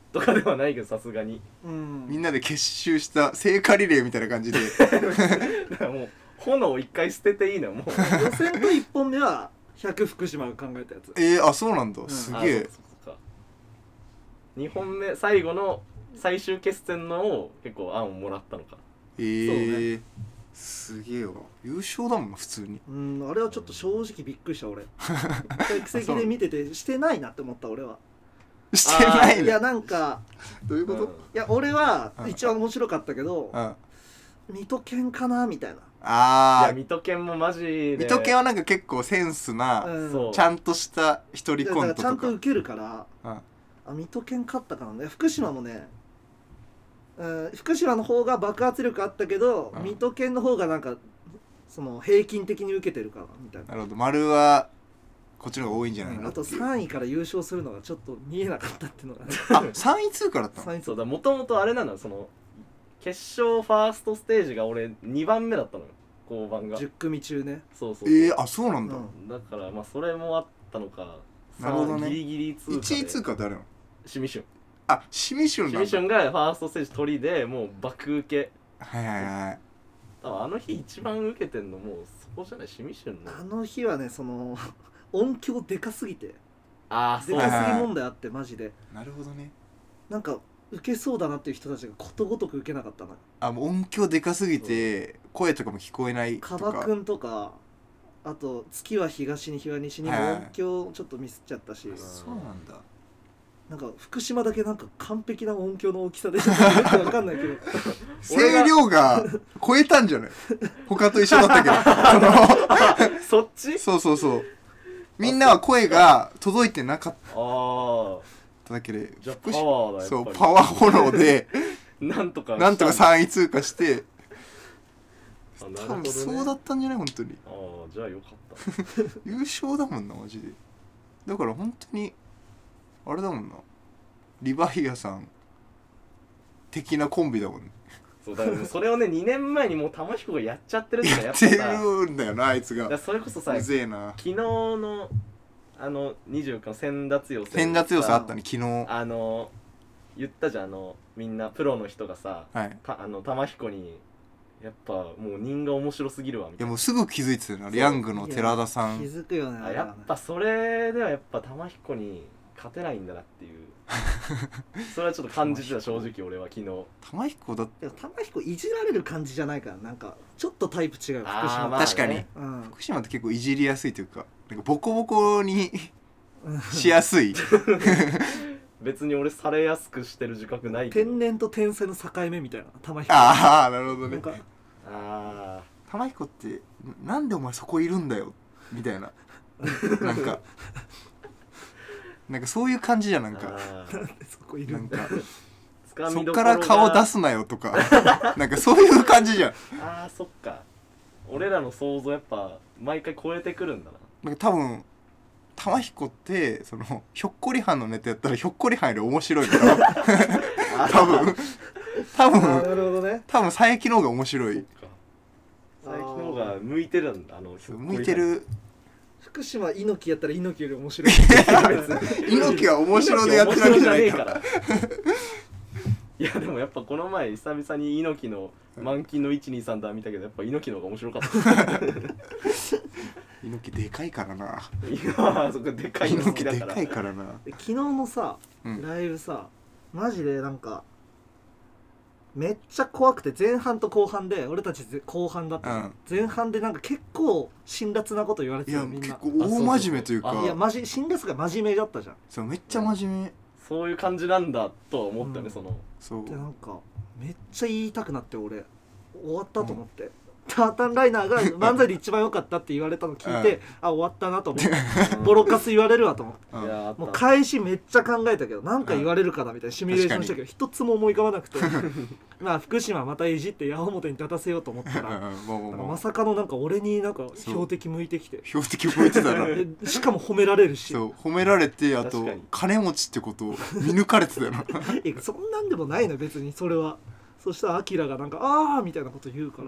とかではないけどさすがに、 うん、みんなで結集した聖火リレーみたいな感じでだからもう炎を一回捨てていいのよもう予選といっぽんめはひゃく福島が考えたやつ。 えー、あそうなんだ、うん、すげえ。 にほんめ最後の最終決戦のを結構案をもらったのか。 えー、ね、すげえわ。優勝だもんな普通に。 うん、あれはちょっと正直びっくりした俺奇跡で見ててしてないなって思った俺は。 してないの。 いやなんかどういうこと、うん、いや俺は一番面白かったけど、うん、水戸犬かなみたいな。 ああ、 いや水戸犬もマジで水戸犬はなんか結構センスな、うん、ちゃんとした一人コントとかちゃんと受けるから、うん、あ水戸犬勝ったからね。福島もね、うん、福島の方が爆発力あったけど、うん、水戸犬の方がなんかその平均的に受けてるからみたいな。 なるほど、丸はこっちの方が多いんじゃないの、うん、 あとさんいから優勝するのがちょっと見えなかったっていうのがあさんい通過だったの。 そうだ、もともとあれなの、その決勝ファーストステージが俺にばんめだったのよ、交番がじゅっくみ中ね。 そうそうそう、 えー、あそうなんだ、うん、 だからまあそれもあったのか。 なるほどね。 ギリギリ通過でいちい通過誰なの。 シミシュン。 あシミシュンなんだ。 シミシュンがファーストステージ取りでもう爆受け。 はいはいはい。 多分あの日一番受けてんのもうそこじゃない、シミシュンの。 あの日はね、その音響でかすぎて、 あでかすぎ問題あってマジで。 なるほどね。 なんか受けそうだなっていう人たちがことごとく受けなかったな。 あもう音響でかすぎて声とかも聞こえないとか。 カバくんとか、あと月は東に日は西にも音響ちょっとミスっちゃったし、はい、 そうなんだ。 なんか福島だけなんか完璧な音響の大きさでちょっとよくわかんないけど声量が超えたんじゃない他と一緒だったけどそっち。 そうそうそう、みんなは声が届いてなかっただけで、 じゃパワーだ、 そうパワー炎でなんとかなんとかさんい通過して多分、 ね、そうだったんじゃない本当に。 ああじゃあよかった優勝だもんなマジで。だから本当にあれだもんな、リヴァイアさん的なコンビだもんね。 そうだからそれをねにねんまえにもう玉彦がやっちゃってるってやっぱやってるんだよなあいつが。 だそれこそさ、 うぜえな。 昨日のあのにじゅうかの千田強さ千田強さあったね昨日。 あの言ったじゃん、あのみんなプロの人がさ、はい、たあの玉彦にやっぱもう人が面白すぎるわみたいな。 いやもうすぐ気づいてたよな、ヤングの寺田さん。 気づくよね。 あやっぱそれではやっぱ玉彦に勝てないんだなっていうそれはちょっと感じてた正直俺は昨日。 玉彦だって玉彦いじられる感じじゃないから、なんかちょっとタイプ違う福島、 まあね、 確かに、うん、福島って結構いじりやすいというか、なんかボコボコにしやすい別に俺されやすくしてる自覚ないけど、 天然と天才の境目みたいな玉彦。 ああなるほどね。 あ玉彦ってなんでお前そこいるんだよみたいななんかなんかそういう感じじゃん、なんかなんでそこいるんだなんかそっから顔出すなよとかなんかそういう感じじゃん。 あーそっか、俺らの想像やっぱ毎回超えてくるんだな。 なんか多分玉彦ってそのひょっこりはんのネタやったらひょっこりはんより面白いから多分多分なるほどね、 多分佐伯の方が面白い。 佐伯の方が向いてるんだ、あの向いてる。 福島猪木やったら猪木より面白い猪木は面白でやってるわけじゃないからいやでもやっぱこの前久々に猪木の満金のいちにさんだ見たけど、やっぱ猪木の方が面白かった猪木でかいからな。 いやそこでかいの好きだから。 猪木でかいからな。 昨日のさ、うん、ライブさマジでなんかめっちゃ怖くて、前半と後半で俺たち後半だった、うん、前半でなんか結構辛辣なこと言われてたよみんな。 いや結構大真面目というか、 いやマジ辛辣が真面目だったじゃん。 そうめっちゃ真面目、 そういう感じなんだと思ったね、うん、そのそうでなんかめっちゃ言いたくなって俺終わったと思って、うん、タータンライナーが漫才で一番良かったって言われたの聞いて、うん、あ終わったなと思ってボロカス言われるわと思って、うん、もう返しめっちゃ考えたけどなんか言われるかなみたいなシミュレーションしたけど一つも思い浮かばなくてまあ福島またいじって矢面に立たせようと思ったらまさかのなんか俺になんか標的向いてきて、 標的向いてたらしかも褒められるし、 そう褒められて、あと金持ちってことを見抜かれてたよなえそんなんでもないの別にそれは。そしたらアキラがなんかあーみたいなこと言うから、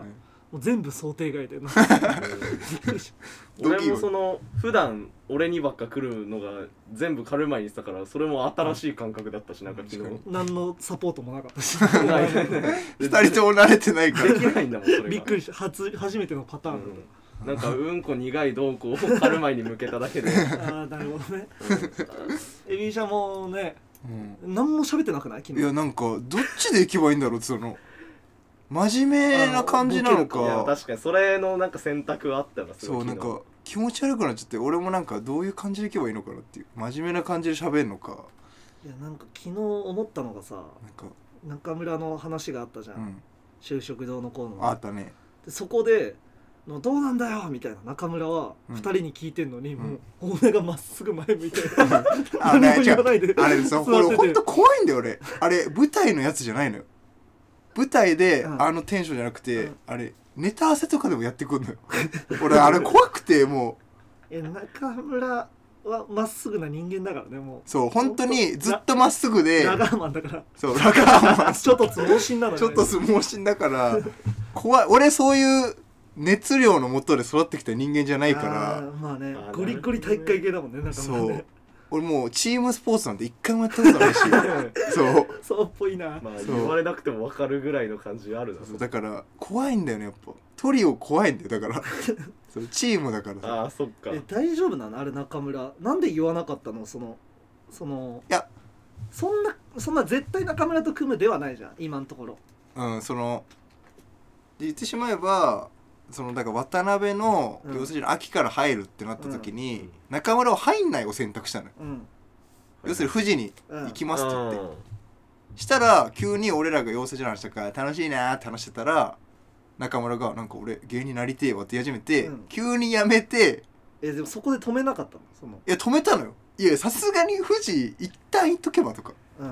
もう全部想定外で俺もその普段俺にばっか来るのが全部軽前にしたからそれも新しい感覚だったし、なんか昨日何のサポートもなかったしふたりとも慣れてないからできないんだもんそれがびっくりした初初めてのパターン、 うん、なんかうんこ苦いどうこうを軽前に向けただけでああなるほどね、うん、エビシャもね、うん、何も喋ってなくない昨日。 いやなんかどっちで行けばいいんだろうってその真面目な感じなのか。 いや確かにそれのなんか選択はあったよな。 そうなんか気持ち悪くなっちゃって、俺もなんかどういう感じでいけばいいのかなっていう、真面目な感じで喋るのか。 いやなんか昨日思ったのがさ、なんか中村の話があったじゃん、うん、就職堂のコーナーあったね。 でそこでどうなんだよみたいな中村はふたりに聞いてんのに、うん、もう骨がまっすぐ前向いて、うん、何も言わないであれさ、これほんと怖いんだよ俺。あれ舞台のやつじゃないのよ。舞台で、うん、あのテンションじゃなくて、うん、あれネタ合わせとかでもやってくるのよ俺あれ怖くてもうえ中村はまっすぐな人間だからね。もうそう本当にずっとまっすぐでラガーマンだから。 そうラガーマンちょっと相撲心なのよ、ね、 ちょっと相撲心だから怖い。俺そういう熱量のもとで育ってきた人間じゃないから。 あまあねゴリゴリ体育会系だもんね中村ね。 そう俺もうチームスポーツなんて一回もやったことないしそうそうっぽいな。 まあ言われなくても分かるぐらいの感じあるな。 そうだから怖いんだよねやっぱ。トリオ怖いんだよだからそうチームだからさ。 ああそっか。 え大丈夫なのあれ中村。なんで言わなかったの。そのそのいやそんなそんな絶対中村と組むではないじゃん今のところ。 うんその言ってしまえばそのだから渡辺の、うん、要するに秋から入るってなった時に、うん、中村は入んないを選択したのよ、うん、要するに富士に行きますって言って、うん、したら急に俺らが養成所の話したから楽しいなーって話してたら中村がなんか俺芸人なりてえわって言い始めて、うん、急にやめて。 えでもそこで止めなかったの。そのいや止めたのよ。いやさすがに富士一旦行っとけばとか、うん、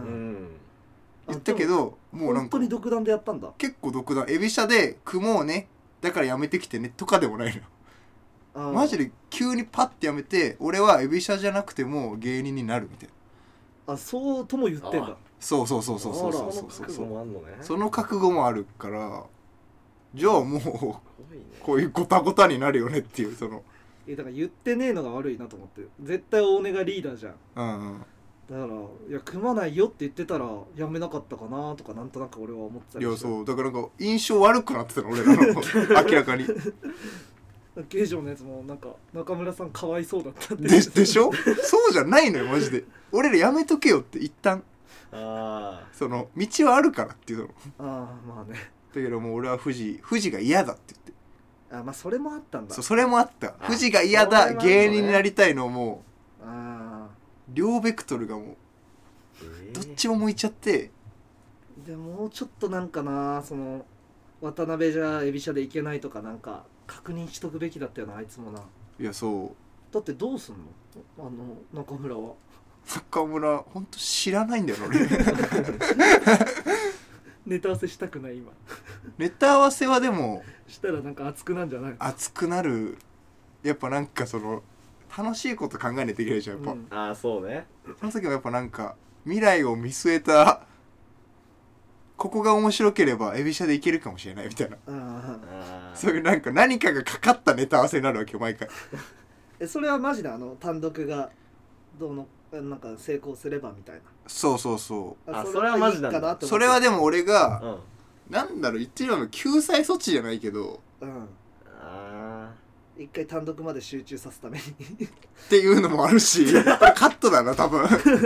言ったけどもうなんか本当に独断でやったんだ。 結構独断。エビシャで組もうねだからやめてきてねとかでもないのよ。マジで急にパッてやめて俺はエビシャじゃなくても芸人になるみたいな。あそうとも言ってんだ。 そうそうそうそうそうそうそうそうそう。その覚悟もあるからじゃあもうこういうゴタゴタになるよねっていうその。 えだから言ってねえのが悪いなと思って。絶対大根がリーダーじゃん。 うんうん。 だからいや組まないよって言ってたらやめなかったかなとかなんとなく俺は思ってたりして。 いやそうだからなんか印象悪くなってたの俺らの明らかに。 ゲージョンのやつもなんか中村さんかわいそうだったってででしょそうじゃないのよマジで。俺らやめとけよって一旦あその道はあるからっていうの。 ああまあね。 だけどもう俺は富士富士が嫌だって言って。 あまあそれもあったんだ。 そうそれもあった。富士が嫌だ、ね、芸人になりたいのもあ両ベクトルがもう、えー、どっちも向いちゃって。 でもうちょっとなんかなその渡辺じゃエビシャでいけないとかなんか確認しとくべきだったよなあいつもな。 いやそうだってどうすんのあの中村は。 中村ほんと知らないんだよ俺ネタ合わせしたくない今ネタ合わせはでもしたらなんか熱くなんじゃない。 熱くなる。やっぱなんかその楽しいこと考えないといけないじゃんやっぱ、 うん、ああそうね。 その時はやっぱなんか未来を見据えたここが面白ければエビシャでいけるかもしれないみたいな。あそういうなんか何かがかかったネタ合わせになるわけよ毎回。 えそれはマジであの単独がどうのなんか成功すればみたいな。 そうそうそう。 あそれはマジなんだ。 それはでも俺が、うん、なんだろう言ってるような救済措置じゃないけど、 うん、あ一回単独まで集中さすためにっていうのもあるしカットだな多分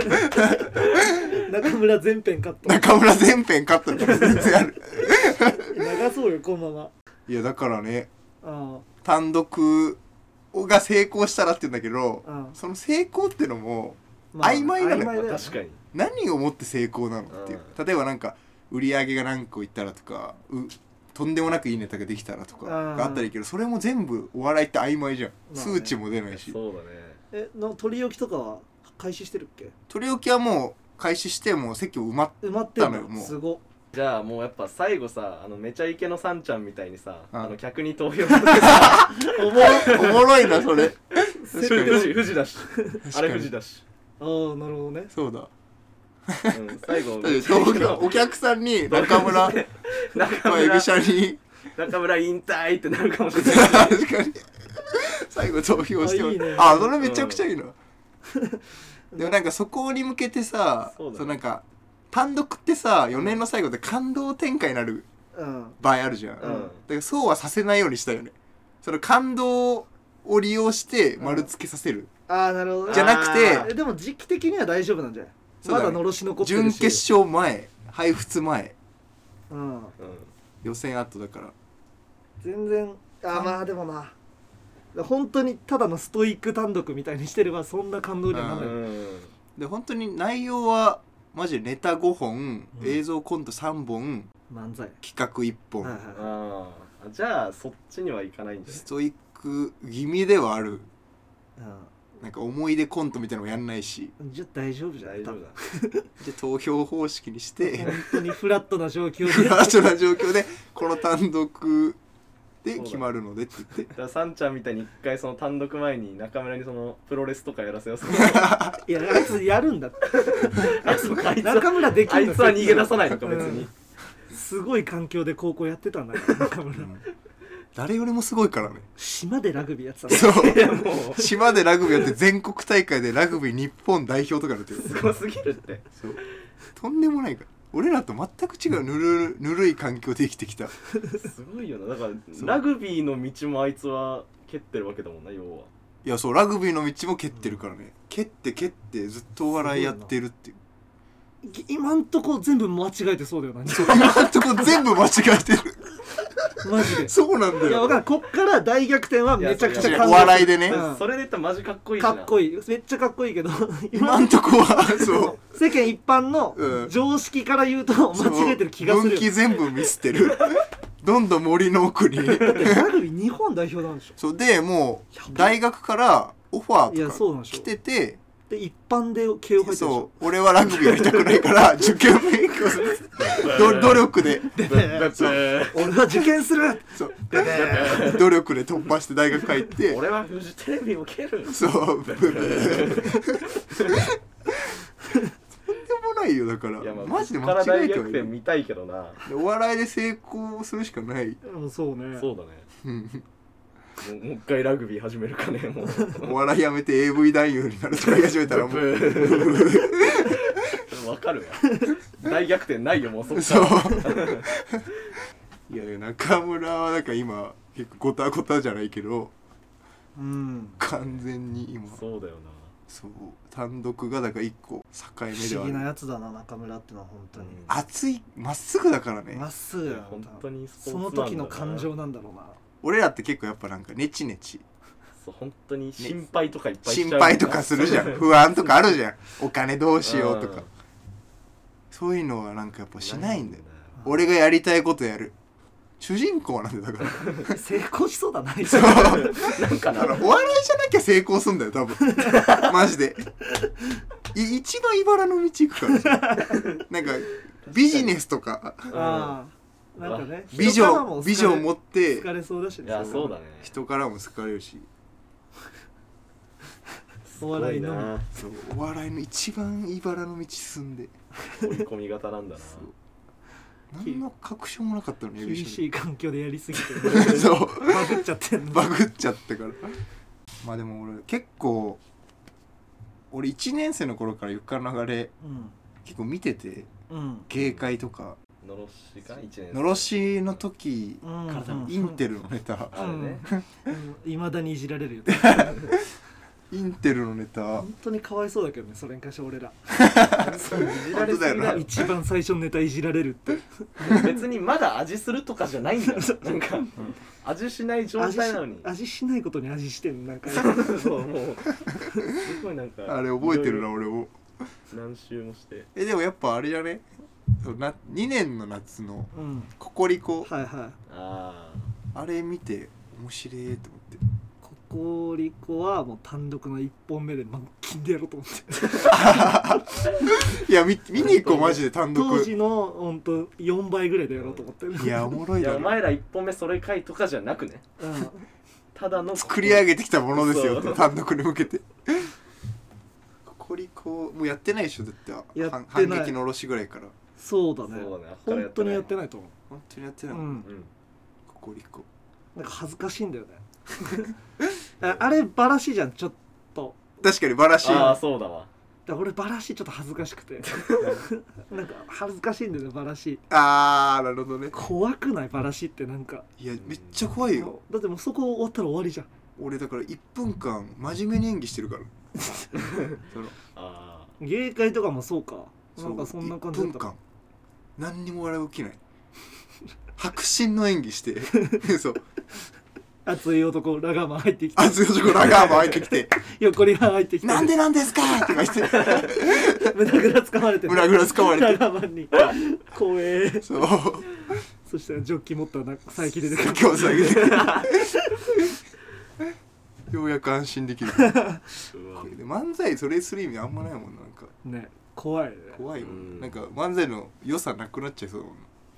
中村全編カット。 中村全編カットって全然ある流そうよこのまま。 いやだからねあ単独が成功したらって言うんだけど、 あその成功ってのも曖昧なのよ、 まあ、確かに何をもって成功なのっていう。例えばなんか売り上げが何個いったらとかうとんでもなくいいネタができたらとかがあったらいいけど、それも全部お笑いって曖昧じゃん、まあね、数値も出ないし。 そうだね。 えの取り置きとかは開始してるっけ。 取り置きはもう開始してもう席埋まったのよ。埋まってんのもうすご。 じゃあもうやっぱ最後さあのめちゃイケのさんちゃんみたいにさ、うん、あの客に投票おもおもろいなそれ富士富士だしあれ富士だし。 ああなるほどね。 そうだ、 うん、最後お客さんに中村エビシャに中村引退ってなるかもしれない確かに最後投票しても あ, いい、ね、あそれめちゃくちゃいいな、うん、でもなんかそこに向けてさそう、ね、そうなんか単独ってさよねんの最後で感動展開になる場合あるじゃん、うん、だからそうはさせないようにしたよね。その感動を利用して丸付けさせる、 うん、ああなるほど、ね、 じゃなくてでも時期的には大丈夫なんじゃない、まだのろし残ってるし準決勝前配布前、 うん、 予選後だから全然あまあでもな本当にただのストイック単独みたいにしてればそんな感動にはならない、うん、 で本当に内容はマジでネタごほん、うん、映像コントさんぼん漫才企画いっぽん、 はいはい、あじゃあそっちにはいかないんじゃない。 ストイック気味ではある、うん、なんか思い出コントみたいなのもやんないしじゃあ大丈夫じゃない大丈夫だじゃあ投票方式にして本当にフラットな状況でフラットな状況でこの単独で決まるのでって言ってだからサンちゃんみたいに一回その単独前に中村にそのプロレスとかやらせよういやあいつやるんだってあそうかあいつ中村できるのあいつは逃げ出さないのか別に、 うん、すごい環境で高校やってたんだから中村、うん、 誰よりもすごいからね。 島でラグビーやってたそういやもう島でラグビーやって全国大会でラグビー日本代表とかなってるすごすぎるってそうとんでもないから俺らと全く違うぬるぬるい環境で生きてきたすごいよな。だからラグビーの道もあいつは蹴ってるわけだもんな要は。 いやそうラグビーの道も蹴ってるからね、うん、蹴って蹴ってずっとお笑いやってるっていう今んとこ全部間違えてそうだよな。 そう今んとこ全部間違えてるマジでそうなんだよ。 いや分かる、こっから大逆転はめちゃくちゃお笑いでね、 うん、それで言ったらマジかっこいいしな。 かっこいい、めっちゃかっこいいけど今んとこはそう世間一般の常識から言うと間違えてる気がする。 分岐全部ミスってるどんどん森の奥にだってラグビー日本代表なんでしょ。 そうでもう大学からオファーとか来ててで一般で慶応入ってるでしょ。 そう俺はラグビーやりたくないから受験勉強する努力でで俺は受験するそう努力で突破して大学入って俺はフジテレビを蹴るそうブブとんでもないよ。だからいや、まあ、マジで間違えてはいる。 見たいけどな。 お笑いで成功するしかない。 うん、そうね。 そうだねもう一回ラグビー始めるかね。もうお笑いやめて エーブイ 男優になるとか言い始めたらもう分かるわ大逆転ないよもうそっからいやいや中村はなんか今結構ゴタゴタじゃないけど、 うん、 完全に今そうだよな。 そう単独がだから一個境目ではある。 不思議なやつだな中村ってのは本当に、うん、 熱いまっすぐだからね。 まっすぐ本当にその時の感情なんだろうな。 俺らって結構やっぱなんかネチネチそう本当に心配とかいっぱいしちゃう、ね、 心配とかするじゃん不安とかあるじゃんお金どうしようとかそういうのはなんかやっぱしないんだよ。俺がやりたいことやる主人公なんだよだから成功しそうだなそうなんかなお笑いじゃなきゃ成功すんだよ多分マジでい一番茨の道行くからなんかビジネスとかあなんかね、 ビジョンビジョン持って好かれそうだしね。いやそうだね。 人からも好かれるしお笑いのそうお笑いの一番茨の道進んで追い込み型なんだな。 何の確証もなかったのに厳しい環境でやりすぎてそうバグっちゃってんのバグっちゃってからまあでも俺結構俺いちねん生の頃から床の流れ、うん、結構見てて、うん、芸会とかのろしかいちねん生のろしの時から多分インテルのネタ、 あるねいまだにいじられるよインテルのネタ本当にかわいそうだけどねそれに関して俺らそういじられすぎだよ。 一番最初のネタいじられるって別にまだ味するとかじゃないんだよなんか、うん、味しない状態なのに味, 味しないことに味してんのなんかそうもうすごいなんかあれ覚えてるな俺も何周もしてえでもやっぱあれじゃねなにねんの夏のココリコ、 うん、はいはいああれ見て面白いと思ってココリコはもう単独のいっぽんめで満勤でやろうと思っていや 見, 見に行こうマジで単独当時のほんとよんばいぐらいでやろうと思っていやおもろいだろ。 いやお前らいっぽんめそれかいとかじゃなくね、うん、ただの作り上げてきたものですよって単独に向けてココリコもうやってないでしょだってやってない反撃のおろしぐらいからそうだねそうだね本当にやってないと思う本当にやってない、うんうん、 ココリコなんか恥ずかしいんだよねあ, あれバラシじゃんちょっと。 確かにバラシ。 ああそうだわ。 だ俺バラシちょっと恥ずかしくてなんか恥ずかしいんだよねバラシ。 あーなるほどね。 怖くないバラシってなんか。 いやめっちゃ怖いよ。 だってもうそこ終わったら終わりじゃん。 俺だからいっぷんかん真面目に演技してるからそのあ芸会とかもそうか。なんかそんな感じだった。いっぷんかん何にも笑う気ない迫真の演技してそう熱い男ラガーマン入ってきて熱い男ラガーマン入ってきて横に入ってきてなんでなんですかって言って胸ぐらつかまれて胸ぐらつかまれてラガーマンに怖えー。そうそしたらジョッキ持ったら佐伯出てくる。 今日佐伯出てくるようやく安心できる漫才それする意味あんまないもんなんかね。怖いね。 怖いよ、ね、なんか漫才の良さなくなっちゃいそうだもん。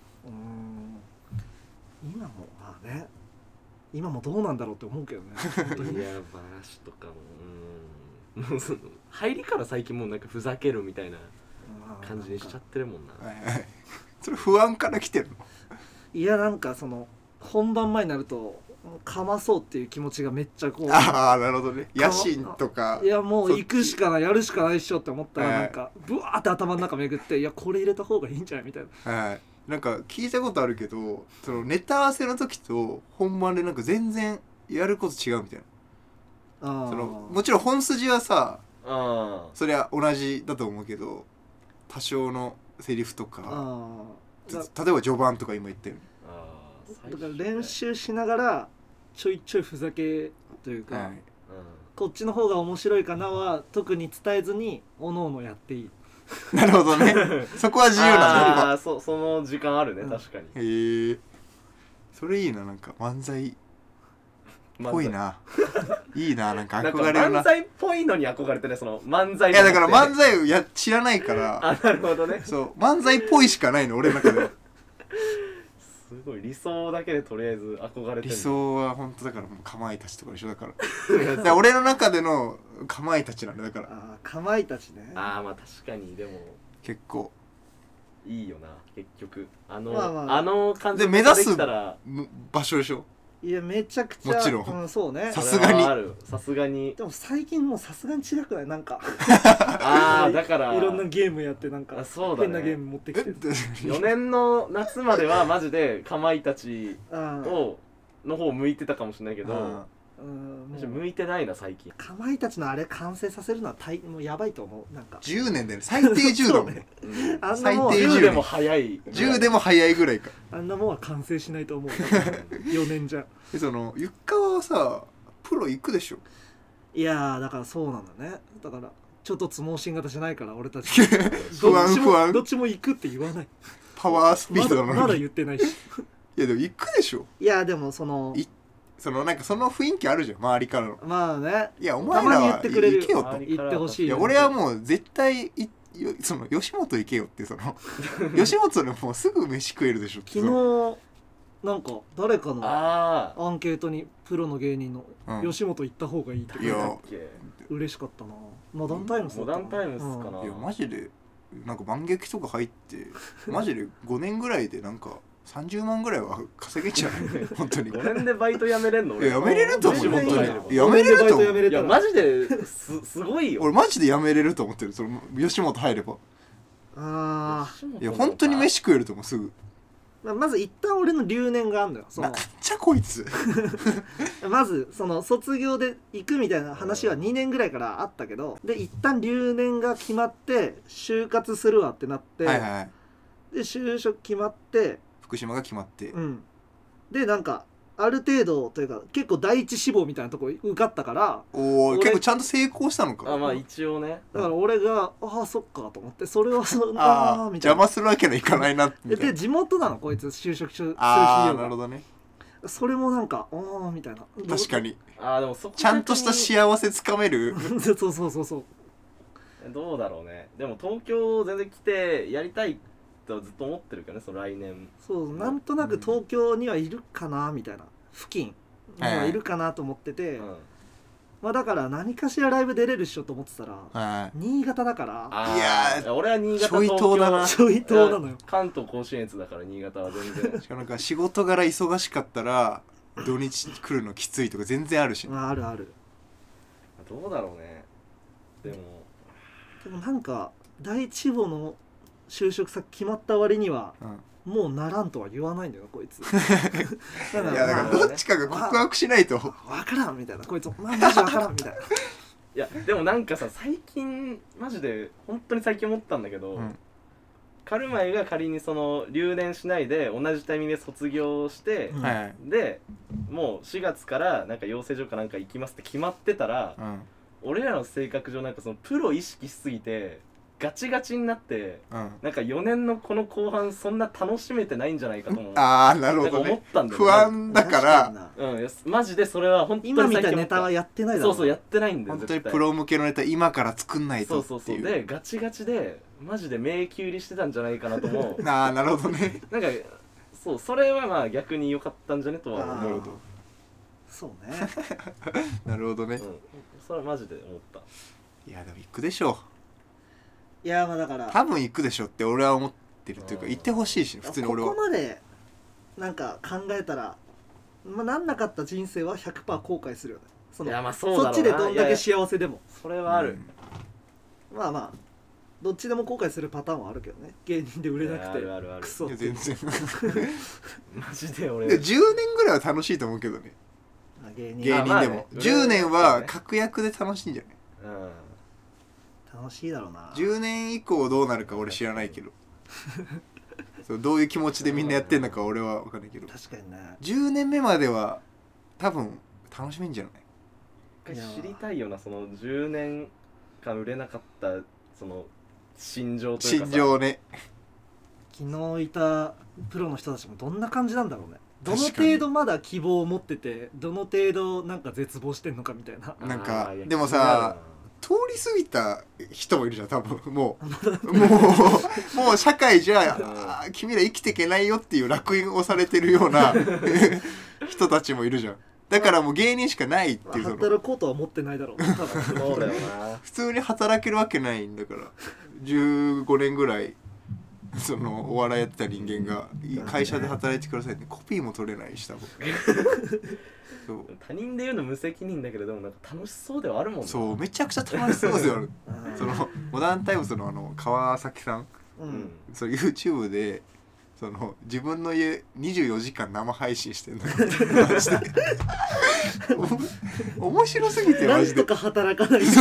うん今もまあね今もどうなんだろうって思うけどねいやバラシとかもうんもうその入りから最近もうなんかふざけるみたいな感じにしちゃってるもんな。 はいはい、それ不安から来てるの？ いやなんかその本番前になるとかまそうっていう気持ちがめっちゃこうああなるほどね野心とかいやもう行くしかないやるしかないっしょって思ったらなんかブワーって頭の中巡っていやこれ入れた方がいいんじゃないみたいな。 はいなんか聞いたことあるけどそのネタ合わせの時と本番でなんか全然やること違うみたいな。あそのもちろん本筋はさあそれは同じだと思うけど多少のセリフとか例えば序盤とか今言ったようにだから練習しながらちょいちょいふざけというか、はい、こっちの方が面白いかなは特に伝えずにおのおのやっていいなるほどねそこは自由なんだ。 ああ そ, その時間あるね、うん、確かに。 へえそれいいななんか漫才っぽいないいななんか憧れるな。 漫才っぽいのに憧れてねその漫才いやだから漫才をや知らないからあなるほどねそう漫才っぽいしかないの俺の中ですごい理想だけでとりあえず憧れてる。 理想は本当だからもうかまいたちとかでしょだからだから俺の中でのかまいたちなんだだからあかまいたちね。 ああまあ確かにでも結構いいよな結局あの、 まあまあ、 あの感じで目指す場所でしょ。 いやめちゃくちゃもちろん、 うん、そうねさすがにさすがにでも最近もうさすがに違くないなんかああだからいろんなゲームやってなんかそうだ、ね、 変なゲーム持ってきてよねんの夏まではマジでかまいたちをの方向いてたかもしれないけどうんもう向いてないな最近。 かまいたちのあれ完成させるのは大もうやばいと思う。なんかじゅうねんで、ね、最低じゅうだもんねあん最低じゅうでも早いじゅうでも早いぐらいか。 あんなもんは完成しないと思うよねんじゃそのゆっかわはさプロ行くでしょ。 いやだからそうなんだね。だからちょっとつ盲信型じゃないから俺たち不安不安どっちも行くって言わない。 パワースピードなのにま, まだ言ってないしいやでも行くでしょ。 いやでもそのそのなんかその雰囲気あるじゃん周りからの。 まあねいやお前らは行けよと言ってほしい。 いや俺はもう絶対いその吉本行けよってその吉本でもうすぐ飯食えるでしょ。 昨日なんか誰かのアンケートにプロの芸人の吉本行った方がいいって書いてあって、うん、嬉しかったな。モダンタイムスモダンタイムスかな、 うん、いやマジでなんか万劇とか入ってマジでごねんぐらいでなんかさんじゅうまんぐらいは稼げちゃう本当に。 ごねんでバイト辞めれんの？ いや辞めれると思う。本当に辞めれると思う。 いやマジですすごいよ。 俺マジで辞めれると思ってる。その吉本入れば。 ああ。いや本当に飯食えると思うすぐ。 まず一旦俺の留年があるのよ。そのなんじゃこいつまずその卒業で行くみたいな話はにねんぐらいからあったけど、で一旦留年が決まって就活するわってなって、 はいはい、 で就職決まって福島が決まって、 うん、でなんかある程度というか結構第一志望みたいなとこ受かったから。 おお結構ちゃんと成功したのか。 あまあ一応ね。 だから俺がああそっかと思ってそれはそんなみたいな邪魔するわけにはいかないなみたいな。 で地元なのこいつ就職する企業が。 ああなるほどね。 それもなんかああみたいな。 確かに。 あでもそこちゃんとした幸せつかめるそうそうそうそう。 どうだろうね。でも東京全然来てやりたいとずっと思ってるからねその来年。 そうなんとなく東京にはいるかなみたいな付近にはいるかなと思ってて、うん、 まあだから何かしらライブ出れるっしょと思ってたら、はい、新潟だから。 いやー俺は新潟、 ちょい遠だな。 ちょい遠なのよ。 関東甲信越だから新潟は全然。 しかもなんか仕事柄忙しかったら土日来るのきついとか全然あるし、 ね、ああるある。 どうだろうね。でもでもなんか第一志望の就職先決まった割には、うん、もうならんとは言わないんだよこいつ。 だからいやだからどっちかが告白しないと分からんみたいな、こいつまあマジ分からんみたいな。いやでもなんかさ最近マジで本当に最近思ったんだけど、うん、カルマイが仮にその留年しないで同じタイミングで卒業して、うん、でもうしがつからなんか養成所かなんか行きますって決まってたら、うん、俺らの性格上なんかそのプロ意識しすぎてガチガチになって、うん、なんかよねんのこの後半そんな楽しめてないんじゃないかと思う。 ああなるほどね。思ったんだよ、ね、不安だから、 うん、マジでそれは本当に今みたいなネタはやってないだろう。 そうそうやってないんだよ。 本当にプロ向けのネタ今から作んないとっていう。 そうそうそうでガチガチでマジで迷宮入りしてたんじゃないかなと思う。 ああなるほどね。 なんかそうそれはまあ逆に良かったんじゃねとは思う。 そうね。 なるほどね、うん、 それはマジで思った。 いやでも行くでしょう。 いやまあだから多分行くでしょって俺は思ってるっていうか行ってほしいし、普通に俺はここまでなんか考えたら、まあ、なんなかった人生は ひゃくパーセント 後悔するよね。そのいやまあそうだろうな。そっちでどんだけ幸せでも。いやいやそれはある、 うん、まあまあどっちでも後悔するパターンはあるけどね。芸人で売れなくてあるあるあるクソって全然マジで俺じゅうねんぐらいは楽しいと思うけどね。芸人、芸人でも、まあね、じゅうねんは確約で楽しいんじゃない。うん楽しいだろうな。 じゅうねん以降どうなるか俺知らないけどそうどういう気持ちでみんなやってんのか俺は分かんないけど、 確かにねじゅうねんめまでは多分楽しめんじゃない。 知りたいよなそのじゅうねんかん売れなかったその心情というかさ。 心情ね。 昨日いたプロの人たちもどんな感じなんだろうね。どの程度まだ希望を持っててどの程度なんか絶望してんのかみたいな。 なんかでもさ通り過ぎた人もいるじゃん多分。もうもうもう社会じゃあ君ら生きていけないよっていう烙印をされてるような人たちもいるじゃん。だからもう芸人しかないっていう、 まあ、働こうとは思ってないだろう多分そうだよな。 普通に働けるわけないんだからじゅうごねんぐらいそのお笑いやってた人間が会社で働いてくださいってコピーも取れないし多分そう他人で言うの無責任だけどでもなんか楽しそうではあるもんね。 そうめちゃくちゃ楽しそうですよそのモダンタイムスのあの川崎さん、うん、そう YouTube でその自分の家にじゅうよじかん生配信してんのよマジでお面白すぎてマジでなんとか働かないと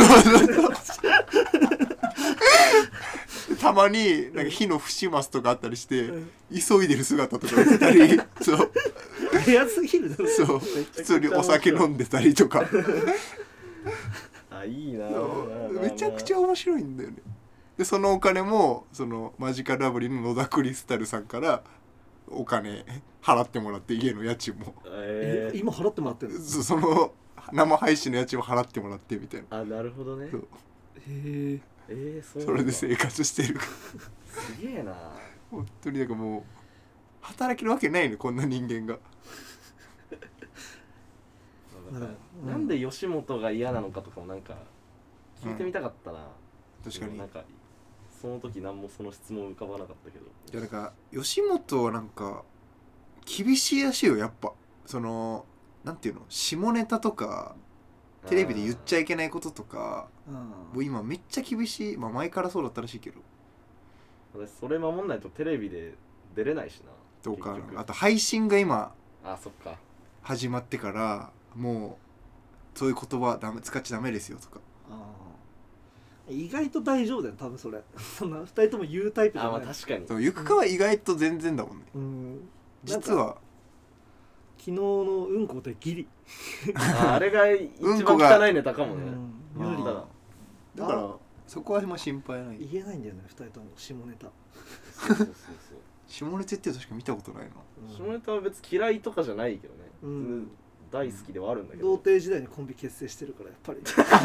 たまになんか火の不始末とかあったりして、うん、急いでる姿とか見たりそう早すぎるだろ。 そう普通にお酒飲んでたりとかあいいなめちゃくちゃ面白いんだよね。でそのお金もそのマジカルラブリーの野田クリスタルさんからお金払ってもらって家の家賃も、 えー、今払ってもらってるの。 そ, その生配信の家賃を払ってもらってみたいな。 あなるほどね。 そうへえー、そうそれで生活してるすげえな本当になんかもう働けるわけないのこんな人間がうん、なんで吉本が嫌なのかとかもなんか聞いてみたかったな、 うん、確かになんかその時何もその質問浮かばなかったけど。 いやなんか吉本はなんか厳しいらしいよやっぱ。そのなんていうの下ネタとかテレビで言っちゃいけないこととかもう今めっちゃ厳しい。まあ前からそうだったらしいけど私それ守んないとテレビで出れないしな。 どうかあと配信が今あそっか始まってからもうそういう言葉ダメ使っちゃダメですよとか。 あ意外と大丈夫だよ多分それそんなふたりとも言うタイプじゃない。 あまあ確かにそうゆくかは意外と全然だもんね、うん、実は昨日のうんこでギリあ, あれが一番汚いネタかもね、 うん、無理だだからそこは今心配ない。 言えないんだよねふたりとも下ネタそうそうそうそう下ネタって確か見たことないな、 うん、下ネタは別に嫌いとかじゃないけどね、うん、 大好きではあるんだけど、 童貞時代にコンビ結成してるからやっぱ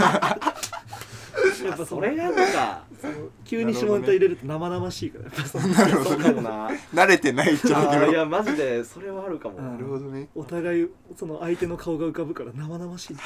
りやっぱそれがなんか急に下ネタ入れると生々しいからやっぱそうなるほど、ね、 そうかもな慣れてないっちゃうけどいやマジでそれはあるかも。 なるほどね。 お互いその相手の顔が浮かぶから生々しい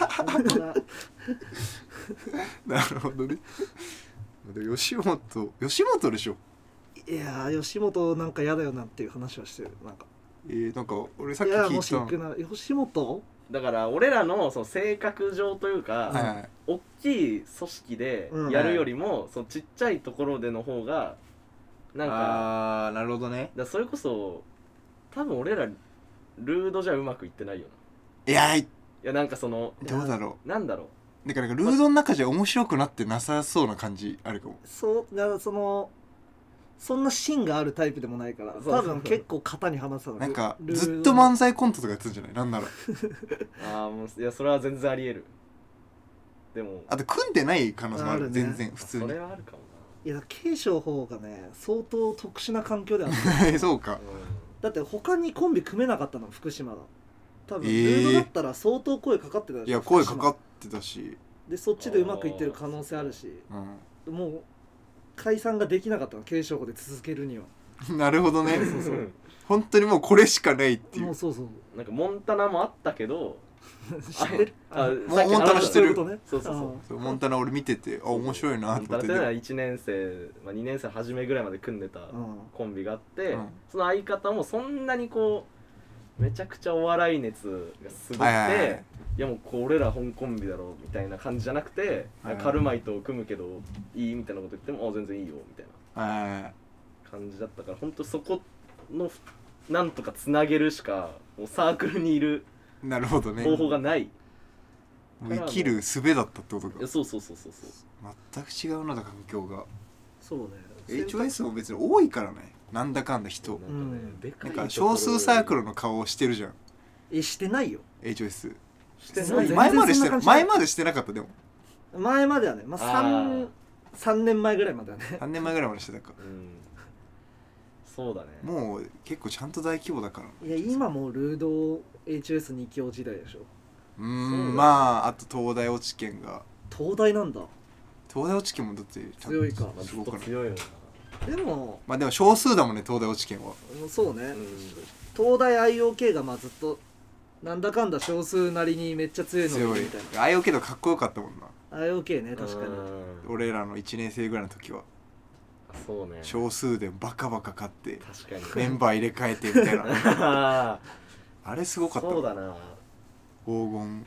なるほどね。吉本吉本でしょ。 いやー吉本なんか嫌だよなっていう話はしてる。なんかえー、なんか俺さっき聞いた。 いやもし行くなら吉本だから俺らのその性格上というか、はいはい、大きい組織でやるよりも、うん、そのちっちゃいところでの方がなんかあーなるほどね。 だそれこそ多分俺らルードじゃうまくいってないよな。 いやいやなんかそのどうだろうなんだろうだからルードの中じゃ面白くなってなさそうな感じあるかも。 そうだからそのそんな芯があるタイプでもないから多分結構型にはまってたの。 なんかずっと漫才コントとかやってるんじゃないなんならああもういやそれは全然あり得る。でもあと組んでない可能性もある、あるね、全然普通に。 それはあるかもな。 いや継承法がね相当特殊な環境であるそうか、うん、 だって他にコンビ組めなかったの福島だ多分、えー、ルードだったら相当声かかってたでしょ。 いや声かかってたしでそっちでうまくいってる可能性あるし、うん、もう解散ができなかったの継承法で続けるにはなるほどねそうそう本当にもうこれしかないっていう。 もうそうそうなんかモンタナもあったけど知ってるあモンタナ知ってる、 ね、 そうそうそうそうモンタナ俺見ててあ面白いなってモンタナっていうのはいちねん生、まあ、にねん生初めぐらいまで組んでたコンビがあって、うん、その相方もそんなにこうめちゃくちゃお笑い熱がすごくて、はいはいはい、いやもう俺ら本コンビだろみたいな感じじゃなくて、はいはい、カルマイと組むけどいいみたいなこと言ってもあ全然いいよみたいな、はいはい、感じだったから本当そこのなんとかつなげるしかもうサークルにいるなるほどね方法がない。 もう生きる術だったってことか。 いやそうそうそうそう全く違うなだ環境が。 そうねエイチオーエス も別に多いからねなんだかんだ人なんか、ねうん、なんか少数サークルの顔をしてるじゃん。 えしてないよエイチオーエスしてない前までして前までしてなかった。でも前まではね、まあ、3, さんねんまえぐらいまではねさんねんまえぐらいまでしてたか、うん、 そうだね。 もう結構ちゃんと大規模だから。 いや今もうルード エイチオーエスに 強時代でしょ。 うーんまああと東大落ち研が東大なんだ。 東大落ち研もだってちゃんと強いかすごく強いよな。でもまあでも少数だもんね東大落ち研は。 そうね、うん、東大 アイオーケー がまあずっとなんだかんだ少数なりにめっちゃ強いのみたいな。 アイオーケー とかっこよかったもんな。 アイオーケー ね確かに俺らのいちねん生ぐらいの時はそうね少数でバカバカ勝って確かにメンバー入れ替えてみたいなあれすごかった。 そうだな黄金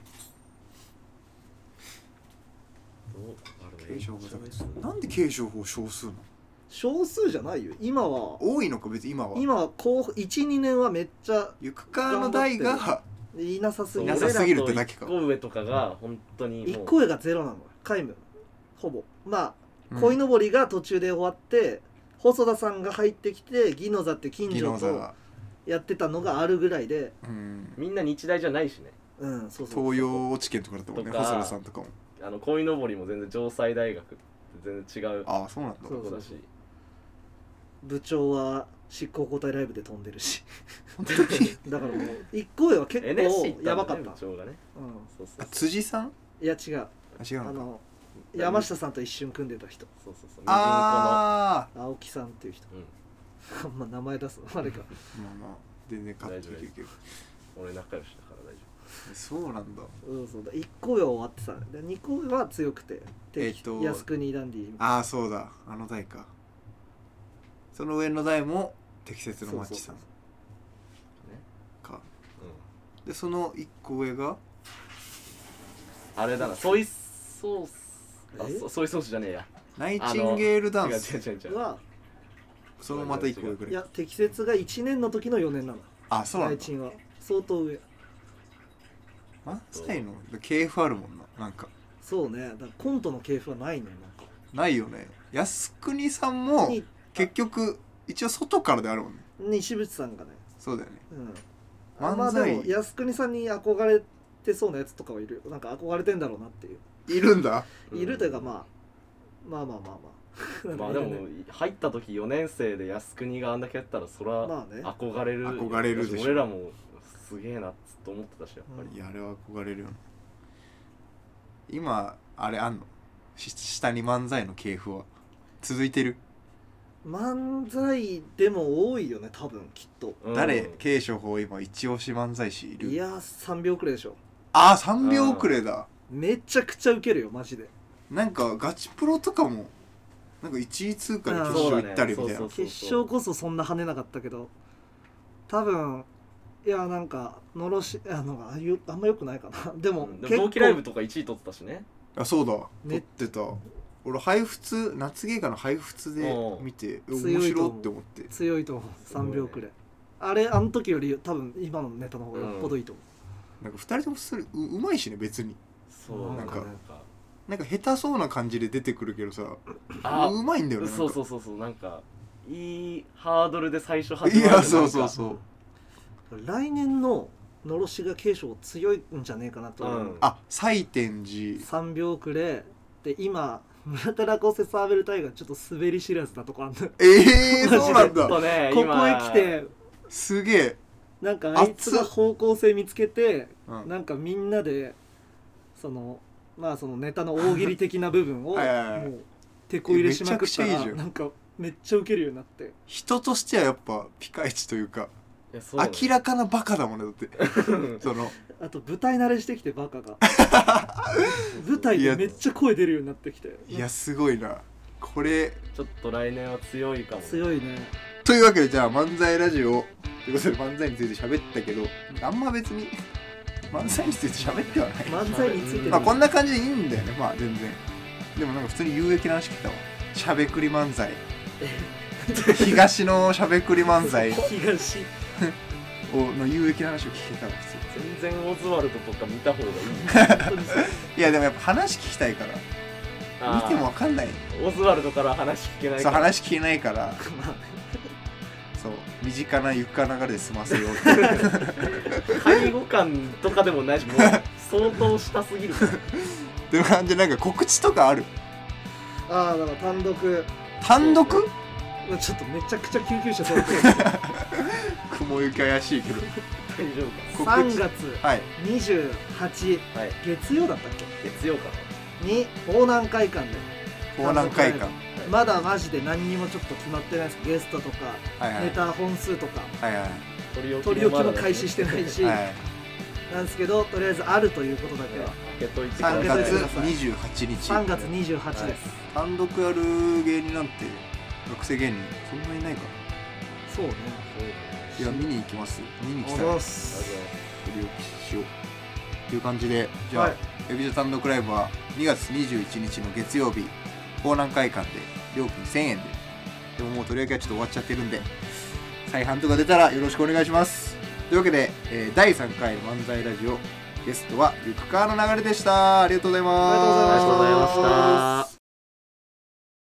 継承法なんで継承法少数なの。 少数じゃないよ今は。 多いのか別に今は。 今はこう いちにねんはめっちゃゆくかの代がいなさすぎる。いなさすぎるってだけか。 いっこ上とかが本当にもういっこ上がゼロなのよ皆無ほぼ。まあ鯉のぼりが途中で終わって、うん、細田さんが入ってきてギノザって近所とやってたのがあるぐらいで、 うん、みんな日大じゃないしね。 うんそうそう東洋落ち研とかだったもんね細田さんとかも。 あの鯉のぼりも全然城西大学って全然違う。 ああそうなんだ。 そうだし部長は執行交代ライブで飛んでるし本当にだからもういっこ上は結構やばかった。 部長がね、 うん、 そうそうそう。辻さんいや違うあ違うのか。 あの山下さんと一瞬組んでた人。 そうそうそう。 ああ青木さんっていう人、うん、まあ名前出すのあれかまあまあ全然勝ってるけど俺仲良しだから大丈夫。 そうなんだ。 うんそうだいっこ上終わってさでにこ上は強くてえっと靖国ダンディ。 ああそうだあの代か。その上の代も適切のマッチさんか。うん、でそのいっこ上があれだなソイソースあソイソースじゃねえやナイチンゲールダンス。 違う違う違うはそのまたいっこ上ぐらい。 いや適切がいちねんの時のよねんなの。 あそうなんだ。 ナイチンは相当上。 漫才の系譜あるもんななんか。 そうねだからコントの系譜はないねなんか。 ないよね。靖国さんも結局一応外からであるもんね。 西渕さんがね。 そうだよね。 うん。漫才まあでも靖国さんに憧れてそうなやつとかはいるよ。なんか憧れてんだろうなっていう。 いるんだ。 いるというか、まあ、まあまあまあまあまあでも入った時よねん生で靖国があんだけやったらそら憧れる。 憧れるでしょ。 俺らもすげえなっつって思ってたしやっぱり、 いやあれは憧れるよ。今あれあんの下に漫才の系譜は続いてる？ 漫才でも多いよね多分きっと、 うん、誰慶処法今一押し漫才師いる？ いやさんびょう遅れでしょ。 ああさんびょう遅れだ。 めちゃくちゃウケるよマジで。 なんかガチプロとかもなんかいちい通過で決勝行ったりみたいな、ね、 決勝こそそんな跳ねなかったけど多分いやなんかのろしあの あ, あんま良くないかなでも、うん、 結構同期ライブとかいちい取ってたしね。 あそうだ、ね、取ってた。俺配布夏芸家の配布で見て面白いって思って。 強いと思うさんびょう遅れ、ね、あれあの時より多分今のネタの方がよっぽどいいと思う、うん、なんかふたりともそれ う, うまいしね別に。 そうなんかなんか下手そうな感じで出てくるけどさあうまいんだよね。 そうそうそうそうなんかいいハードルで最初始まる。いやそうそうそう来年ののろしが継承強いんじゃねえかなと思う、うん、 あ西天寺さんびょう遅れで今村田ラコセサーベルタイガーちょっと滑り知らずなとこあんの。 ええー、そうなんだ、 ね、 ここへ来てすげえなんかあいつが方向性見つけて、うん、なんかみんなでそのまあそのネタの大喜利的な部分をもう手こ入れしまくったらなんかめっちゃウケるようになって。 人としてはやっぱピカイチというかいやそう、ね、明らかなバカだもんねだってそのあと舞台慣れしてきてバカが舞台でめっちゃ声出るようになってきて。 いやすごいなこれ。 ちょっと来年は強いかも。 強いね。 というわけでじゃあ漫才ラジオということで漫才について喋ったけどあんま別に漫才について喋ってはない。 漫才についてまあこんな感じでいいんだよね。まあ全然でもなんか普通に有益な話聞いたわ。しゃべくり漫才東のしゃべくり漫才東の有益な話を聞けたわ。普通全然オズワルドとか見た方がいいいやでもやっぱ話聞きたいから見ても分かんない。 オズワルドから話聞けないから。そう話聞けないからそう身近な床流れで済ませよう介護官とかでもないしもう相当下すぎるって感じでなんか告知とかある？ ああだから単独単独ちょっとめちゃくちゃ救急車通ってる雲行き怪しいけど大丈夫か。 さんがつにじゅうはちにち、はい、月曜だったっけ？ 月曜かなに港南会館で港南会館まだマジで何にもちょっと決まってないです。ゲストとか、はいはい、ネタ本数とか、 はいはい、 取り置きも開始してないし、はい、なんですけどとりあえずあるということだけはさんがつにじゅうはちにちさんがつにじゅうはちです、 はい、単独やる芸人なんて学生芸人そんなにないから。 そうね。 いや見に行きます。見に行きたい。 ます。 取り置きしようという感じでじゃあ、はい、エビジョ単独ライブはにがつにじゅういちにちの月曜日港南会館で料金せんえんで。でももう取り上げはちょっと終わっちゃってるんで再販とか出たらよろしくお願いします。というわけで、えー、だいさんかいの漫才ラジオゲストはゆくかわの流れでした。ありがとうございます。 ありがとうございました。